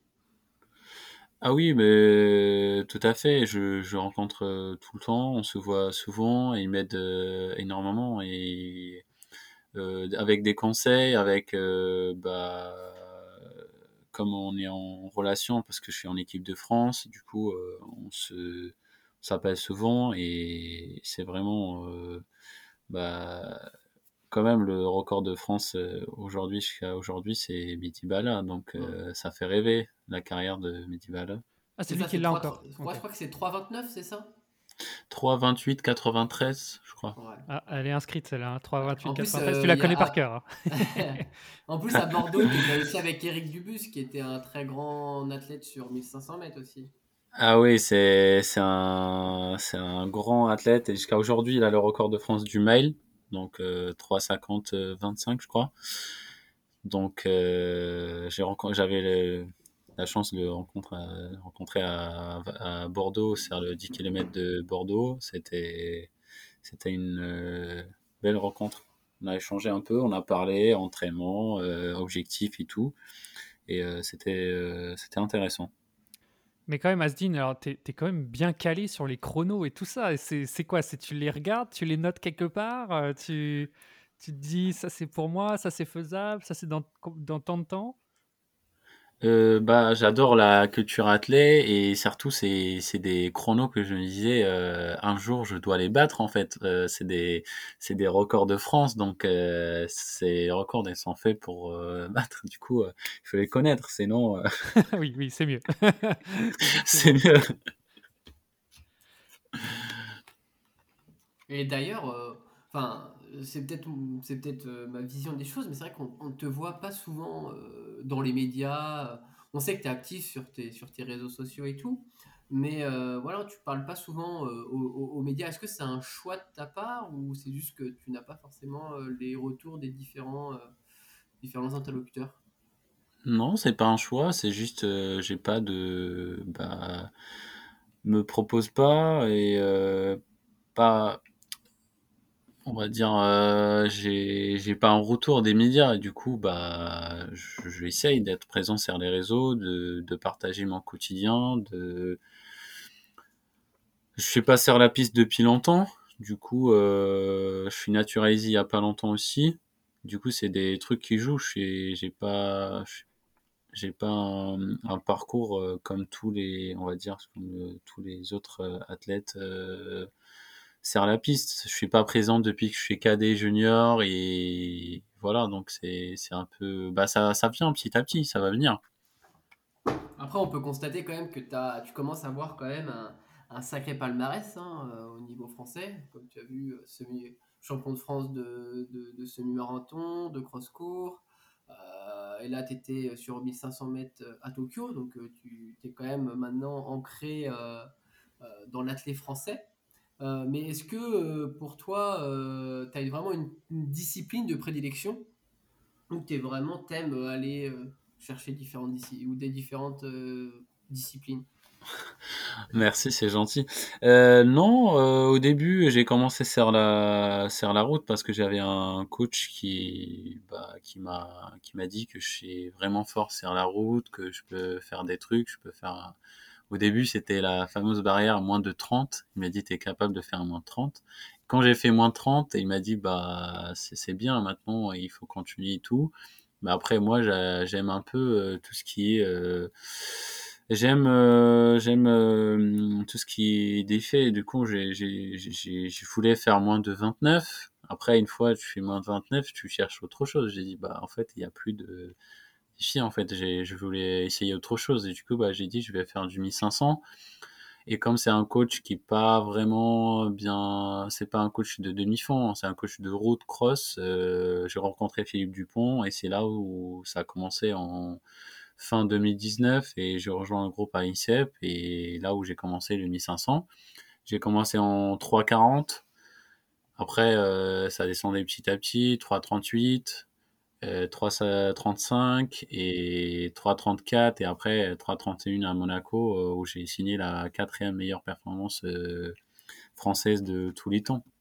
Ah oui, mais tout à fait, je, je rencontre euh, tout le temps, on se voit souvent, et il m'aide euh, énormément, et euh, avec des conseils, avec... euh, bah, comme on est en relation, parce que je suis en équipe de France, du coup, euh, on se on s'appelle souvent, et c'est vraiment... euh, bah, quand même, le record de France euh, aujourd'hui, jusqu'à aujourd'hui, c'est Mehdi Bala. Donc, Hmm. euh, ça fait rêver la carrière de Mehdi Bala. Ah, c'est C'est lui ça, qui c'est l'a trois encore. je crois, Ok. je crois que c'est trois vingt-neuf, c'est ça? trois vingt-huit quatre-vingt-treize, je crois. Ouais. Ah, elle est inscrite celle-là, hein, trois Ouais. vingt-huit En plus, quatre-vingt-treize. Tu euh, la il y connais par a... cœur, hein. en plus, à Bordeaux, tu étais aussi avec Eric Dubus, qui était un très grand athlète sur mille cinq cents mètres aussi. Ah oui, c'est c'est un c'est un grand athlète et jusqu'à aujourd'hui, il a le record de France du mile, donc euh, trois cinquante vingt-cinq, je crois. Donc euh, j'ai rencontré, j'avais le- la chance de le rencontrer, à, rencontrer à, à Bordeaux, c'est le dix kilomètres de Bordeaux. C'était c'était une euh, belle rencontre. On a échangé un peu, on a parlé entraînement, euh, objectifs et tout, et euh, c'était euh, c'était intéressant. Mais quand même, Asdin, alors t'es es quand même bien calé sur les chronos et tout ça. Et C'est c'est quoi? C'est tu les regardes, tu les notes quelque part, euh, tu, tu te dis ça c'est pour moi, ça c'est faisable, ça c'est dans, dans tant de temps. Euh, bah, j'adore la culture athlée et surtout c'est c'est des chronos que je me disais euh, un jour je dois les battre en fait. Euh, c'est des c'est des records de France donc euh, ces records ils sont faits pour euh, battre. Du coup, euh, il faut les connaître sinon euh, Oui, oui, c'est mieux. c'est Effectivement. mieux. Et d'ailleurs, euh, enfin, c'est peut-être c'est peut-être euh, ma vision des choses, mais c'est vrai qu'on on te voit pas souvent euh, dans les médias. On sait que tu es actif sur tes, sur tes réseaux sociaux et tout, mais euh, voilà, tu parles pas souvent euh, aux, aux- aux médias. Est-ce que c'est un choix de ta part ou c'est juste que tu n'as pas forcément euh, les retours des différents, euh, différents interlocuteurs? Non, c'est pas un choix, c'est juste euh, j'ai pas de bah me propose pas et euh, pas on va dire, euh, j'ai j'ai pas un retour des médias et du coup, bah, je- j'essaye d'être présent sur les réseaux, de, de partager mon quotidien, de. Je suis pas sur la piste depuis longtemps, du coup, euh, je suis naturalisé il y a pas longtemps aussi. Du coup, c'est des trucs qui jouent. Je suis, j'ai pas, j'ai pas un, un parcours euh, comme tous les, on va dire, comme euh, tous les autres euh, athlètes. Euh, Serre la piste. Je suis pas présent depuis que je suis cadet junior et voilà, donc c'est c'est un peu bah ça ça vient petit à petit, ça va venir. Après, on peut constater quand même que t'as, tu commences à avoir quand même un, un sacré palmarès hein, euh, au niveau français. Comme tu as vu, euh, semi, champion de France de, de, de semi-marathon, de cross-court. Euh, et là, tu étais sur mille cinq cents mètres euh, à Tokyo. Donc, euh, tu es quand même maintenant ancré euh, euh, dans l'athlète français. Euh, mais est-ce que euh, pour toi, tu as vraiment une, une discipline de prédilection ou t'es vraiment t'aimes euh, aller euh, chercher différentes disciplines ou des différentes euh, disciplines. Merci, c'est gentil. Euh, non, euh, au début, j'ai commencé sur la sur la route parce que j'avais un coach qui bah, qui m'a qui m'a dit que je suis vraiment fort sur la route, que je peux faire des trucs, je peux faire un- Au début, c'était la fameuse barrière moins de trente. Il m'a dit, tu es capable de faire moins de trente. Quand j'ai fait moins de trente, il m'a dit, bah, c'est c'est bien maintenant, il faut continuer et tout. Mais après, moi, j'a- j'aime un peu euh, tout ce qui est... euh, j'aime euh, j'aime euh, tout ce qui est défait. Du coup, j'ai j'ai j'ai j'ai voulu faire moins de vingt-neuf. Après, une fois, tu fais moins de vingt-neuf, tu cherches autre chose. J'ai dit, bah, en fait, il y a plus de défi, en fait. J'ai, je voulais essayer autre chose. Et du coup, bah, j'ai dit, je vais faire du mille cinq cents. Et comme c'est un coach qui est pas vraiment bien, c'est pas un coach de demi-fond, c'est un coach de route cross, euh, j'ai rencontré Philippe Dupont et c'est là où ça a commencé en fin deux mille dix-neuf et j'ai rejoint le groupe à I C E P et là où j'ai commencé le mille cinq cents. J'ai commencé en trois quarante. Après, euh, ça descendait petit à petit, trois trente-huit, euh, trois trente-cinq et trois trente-quatre et après trois trente et un à Monaco euh, où j'ai signé la quatrième meilleure performance euh, française de tous les temps.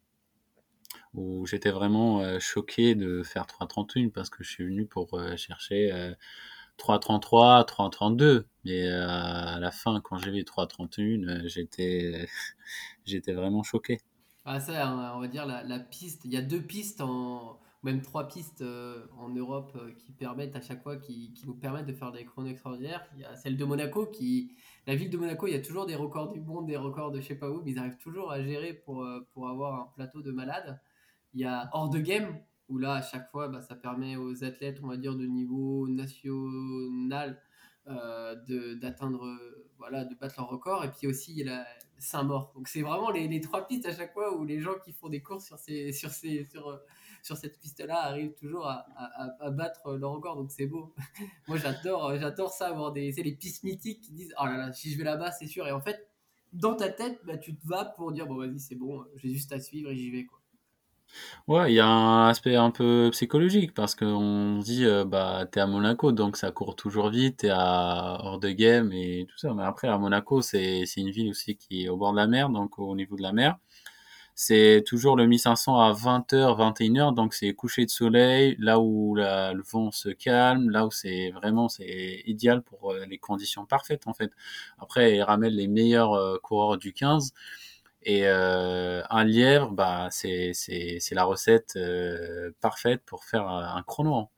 Où j'étais vraiment euh, choqué de faire trois trente et un parce que je suis venu pour euh, chercher euh, trois trente-trois, trois trente-deux. Mais euh, à la fin, quand j'ai vu trois trente et un, euh, j'étais, j'étais vraiment choqué. Ah ça, hein, on va dire la, la piste. Il y a deux pistes en même trois pistes euh, en Europe euh, qui permettent à chaque fois qui, qui nous permettent de faire des chronos extraordinaires. Il y a celle de Monaco qui, la ville de Monaco, il y a toujours des records du monde, des records de je sais pas où, mais ils arrivent toujours à gérer pour euh, pour avoir un plateau de malades. Il y a hors de game, où là, à chaque fois, bah, ça permet aux athlètes, on va dire, de niveau national, euh, de, d'atteindre voilà, de battre leur record. Et puis aussi la Saint-Maur. Donc c'est vraiment les, les trois pistes à chaque fois où les gens qui font des courses sur, ces, sur, ces, sur, euh, sur cette piste-là arrivent toujours à, à, à- à battre leur record. Donc c'est beau. Moi j'adore, euh, j'adore ça, avoir des, c'est les pistes mythiques qui disent oh là là, si je vais là-bas, c'est sûr. Et en fait, dans ta tête, bah, tu te vas pour dire bon, vas-y, c'est bon, j'ai juste à suivre et j'y vais, quoi. Ouais, il y a un aspect un peu psychologique parce qu'on se dit, euh, bah, t'es à Monaco, donc ça court toujours vite, t'es à hors de game et tout ça. Mais après, à Monaco, c'est, c'est une ville aussi qui est au bord de la mer, donc au niveau de la mer. C'est toujours le mille cinq cents à vingt heures, vingt et une heures, donc c'est coucher de soleil, là où la- le vent se calme, là où c'est vraiment, c'est idéal pour euh, les conditions parfaites, en fait. Après, ils ramènent les meilleurs euh, coureurs du quinze. Et euh, un lièvre, bah, c'est, c'est, c'est la recette euh, parfaite pour faire un un chrono.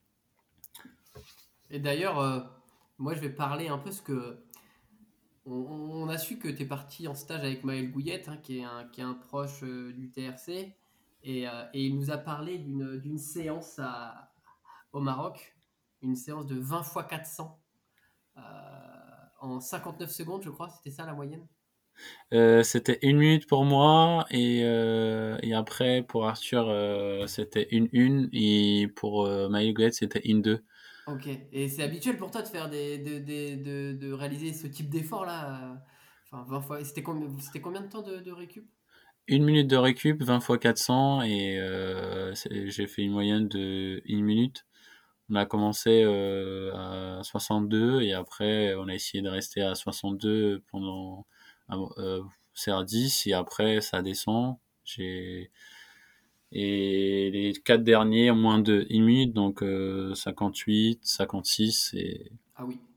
Et d'ailleurs, euh, moi je vais parler un peu ce que. On, on a su que tu es parti en stage avec Maël Gouillette, hein, qui, est un, qui est un proche euh, du T R C. Et, euh, et il nous a parlé d'une, d'une séance à, au Maroc, une séance de vingt fois quatre cents euh, en cinquante-neuf secondes, je crois, c'était ça la moyenne. Euh, c'était une minute pour moi et, euh, et après pour Arthur euh, c'était une une et pour euh, Maël Goethe c'était une deux. Ok, et c'est habituel pour toi de faire des, de, de, de, de réaliser ce type d'effort-là euh, enfin, vingt fois. C'était combien, c'était combien de temps de, de récup? Une minute de récup, vingt fois quatre cents et euh, c'est- j'ai fait une moyenne de une minute. On a commencé euh, à soixante-deux et après on a essayé de rester à soixante-deux pendant euh, C R dix et après ça descend. J'ai Et les quatre derniers, moins de une minute, donc euh, cinquante-huit, cinquante-six. Et... Ah oui.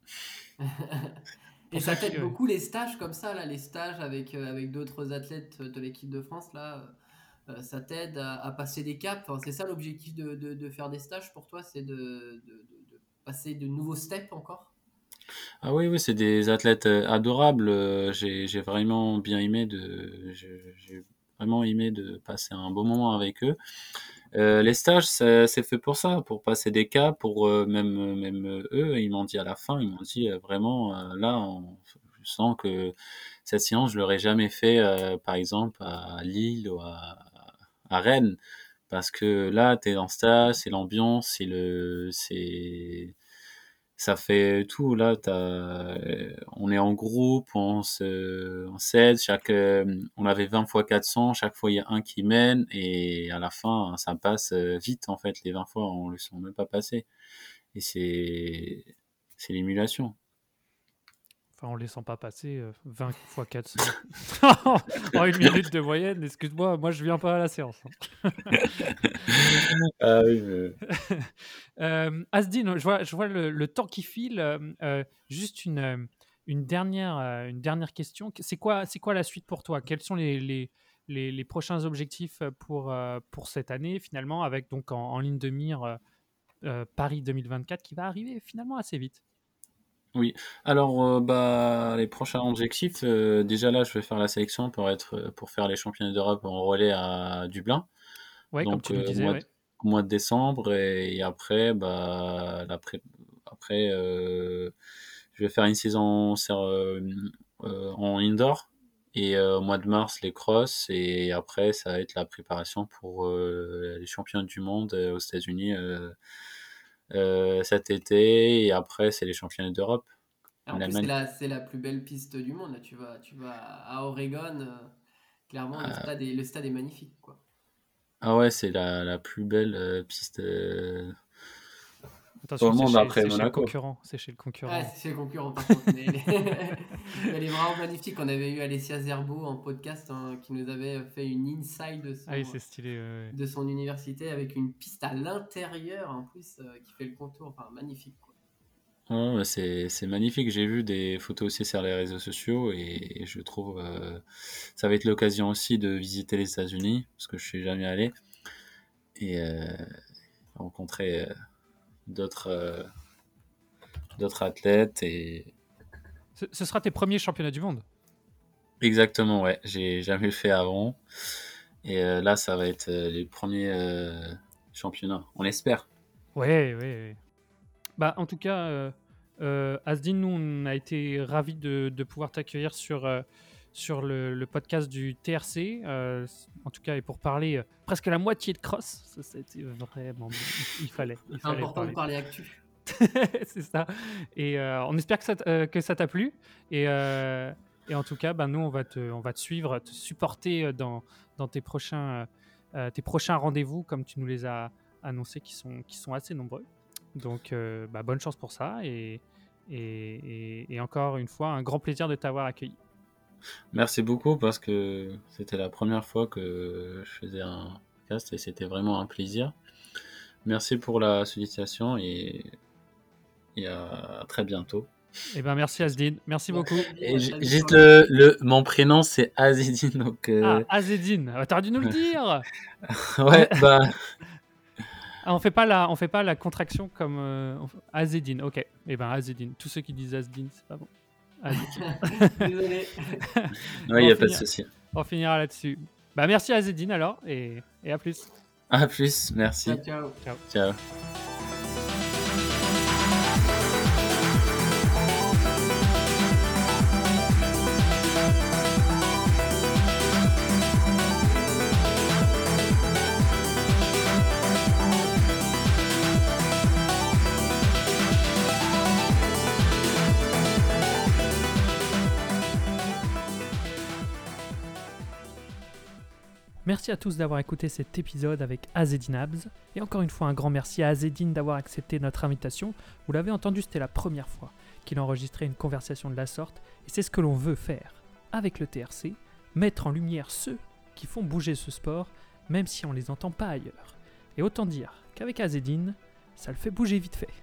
Et Pour ça ceux qui, t'aide ouais. beaucoup les stages comme ça, là, les stages avec, euh, avec d'autres athlètes de l'équipe de France, là, euh, ça t'aide à, à passer des caps. Enfin, c'est ça l'objectif de, de, de faire des stages pour toi, c'est de, de, de- de passer de nouveaux steps encore? Ah oui, oui, c'est des athlètes euh, adorables. Euh, J'ai, j'ai vraiment bien aimé de, j'ai j'ai vraiment aimé de passer un bon moment avec eux. Euh, les stages, ça- c'est fait pour ça, pour passer des cas, pour euh, même, même euh, eux, ils m'ont dit à la fin, ils m'ont dit euh, vraiment, euh, là, on- je sens que cette séance, je l'aurais jamais fait, euh, par exemple, à Lille ou à, à Rennes, parce que là, t'es dans stage, c'est l'ambiance, c'est le, c'est, ça fait tout. Là, t'as, euh, on est en groupe, on se, on s'aide. Chaque, euh, on avait vingt fois quatre cents. Chaque fois, il y a un qui mène et à la fin, ça passe euh, vite en fait. Les vingt fois, on le sent même pas passer. Et c'est, c'est l'émulation. Enfin, on les sent pas passer euh, vingt fois quatre cents en une minute de moyenne. Excuse-moi, moi je viens pas à la séance, hein. Ah oui, mais- Euh, Asdin, je vois, je vois le, le temps qui file. euh, euh, juste une, euh, une, dernière, euh, une dernière question. C'est quoi, c'est quoi la suite pour toi? Quels sont les, les, les, les prochains objectifs pour, euh, pour cette année, finalement, avec donc en, en ligne de mire euh, euh, Paris deux mille vingt-quatre qui va arriver finalement assez vite? oui. Alors, euh, bah, les prochains objectifs. Euh, déjà là, je vais faire la sélection pour être, pour faire les championnats d'Europe en relais à Dublin. Ouais, comme Donc tu nous euh, disais, mois de, ouais. mois de décembre et, et après bah la pré- après euh, je vais faire une saison sur, euh, euh, en indoor et euh, au mois de mars les crosses et après ça va être la préparation pour euh, les championnats du monde euh, aux États-Unis euh, euh, cet été et après c'est les championnats d'Europe Et en en plus, c'est Allemagne. la, c'est la plus belle piste du monde. Là. Tu vas, tu vas à Oregon. euh, clairement, le Ah, stade est, le stade est magnifique, quoi. ah ouais, c'est la, la plus belle euh, piste euh, au Attention, c'est monde chez, après c'est chez le Monaco. concurrent. C'est chez le Ah, concurrent. c'est chez le concurrent, par contre. Mais elle est, mais elle est vraiment magnifique. On avait eu Alessia Zerbo en podcast, hein, qui nous avait fait une inside de Ah oui, son, c'est stylé. Ouais, ouais. de son université avec une piste à l'intérieur en plus euh, qui fait le contour. Enfin, magnifique, quoi. Non, bah, c'est c'est magnifique. J'ai vu des photos aussi sur les réseaux sociaux et, et je trouve euh, ça va être l'occasion aussi de visiter les États-Unis parce que je suis jamais allé et euh, rencontrer euh, d'autres euh, d'autres athlètes et Ce, ce sera tes premiers championnats du monde. exactement ouais, j'ai jamais fait avant et euh, là ça va être euh, les premiers euh, championnats. On espère. Ouais, ouais, ouais. Bah, en tout cas, euh, Euh, Asdin, nous, on a été ravis de, de pouvoir t'accueillir sur, euh, sur le, le podcast du T R C, euh, en tout cas, et pour parler euh, presque la moitié de Cross. Ça, ça a été vraiment bon. Il, il fallait, il fallait Important de parler. parler actu. C'est ça. Et euh, on espère que ça, t- euh, que ça t'a plu. Et, euh, et en tout cas, ben, nous, on va, te, on va te suivre, te supporter euh, dans, dans tes prochains, euh, tes prochains rendez-vous, comme tu nous les as annoncés, qui sont, qui sont assez nombreux. Donc, euh, bah, bonne chance pour ça. Et, et, et, et encore une fois, un grand plaisir de t'avoir accueilli. Merci beaucoup parce que c'était la première fois que je faisais un podcast et c'était vraiment un plaisir. Merci pour la sollicitation et, et à très bientôt. Et ben, merci Asdin. Merci Bah, beaucoup. très bien, Et j- salut, juste toi. le, le, mon prénom c'est Azedine donc euh, Ah, Azedine. Ah, t'aurais dû nous le dire. ouais bah Ah, on fait pas la, on fait pas la contraction comme euh, on fait- Azedine. Ok. Et ben Azedine. Tous ceux qui disent Asdin, c'est pas bon. Azedine. Désolé. ouais il on, y a pas de finira, souci. on finira là-dessus. Bah merci Azedine alors et, et à plus. À plus, merci. Ciao, ciao. Ciao. Merci à tous d'avoir écouté cet épisode avec Azedine Abs. Et encore une fois, un grand merci à Azedine d'avoir accepté notre invitation. Vous l'avez entendu, c'était la première fois qu'il enregistrait une conversation de la sorte. Et c'est ce que l'on veut faire avec le T R C, mettre en lumière ceux qui font bouger ce sport, même si on ne les entend pas ailleurs. Et autant dire qu'avec Azedine, ça le fait bouger vite fait.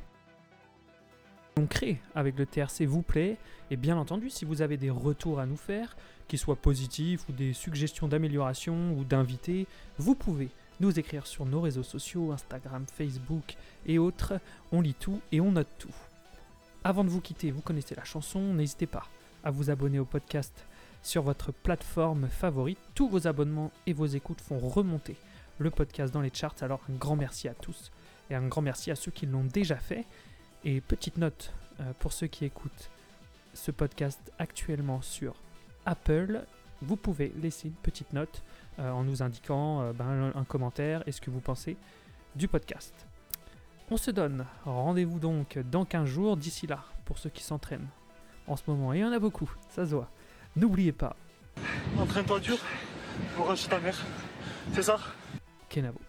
On crée avec le T R C vous plaît, et bien entendu, si vous avez des retours à nous faire, qu'ils soient positifs ou des suggestions d'amélioration ou d'invités, vous pouvez nous écrire sur nos réseaux sociaux, Instagram, Facebook et autres. On lit tout et on note tout. Avant de vous quitter, vous connaissez la chanson, n'hésitez pas à vous abonner au podcast sur votre plateforme favorite. Tous vos abonnements et vos écoutes font remonter le podcast dans les charts, alors un grand merci à tous et un grand merci à ceux qui l'ont déjà fait. Et petite note euh, pour ceux qui écoutent ce podcast actuellement sur Apple, vous pouvez laisser une petite note euh, en nous indiquant euh, ben, un commentaire et ce que vous pensez du podcast. On se donne rendez-vous donc dans quinze jours. D'ici là, pour ceux qui s'entraînent en ce moment, et il y en a beaucoup, ça se voit. N'oubliez pas, Entraîne-toi dur, orage ta mère. C'est ça ? Kenavo.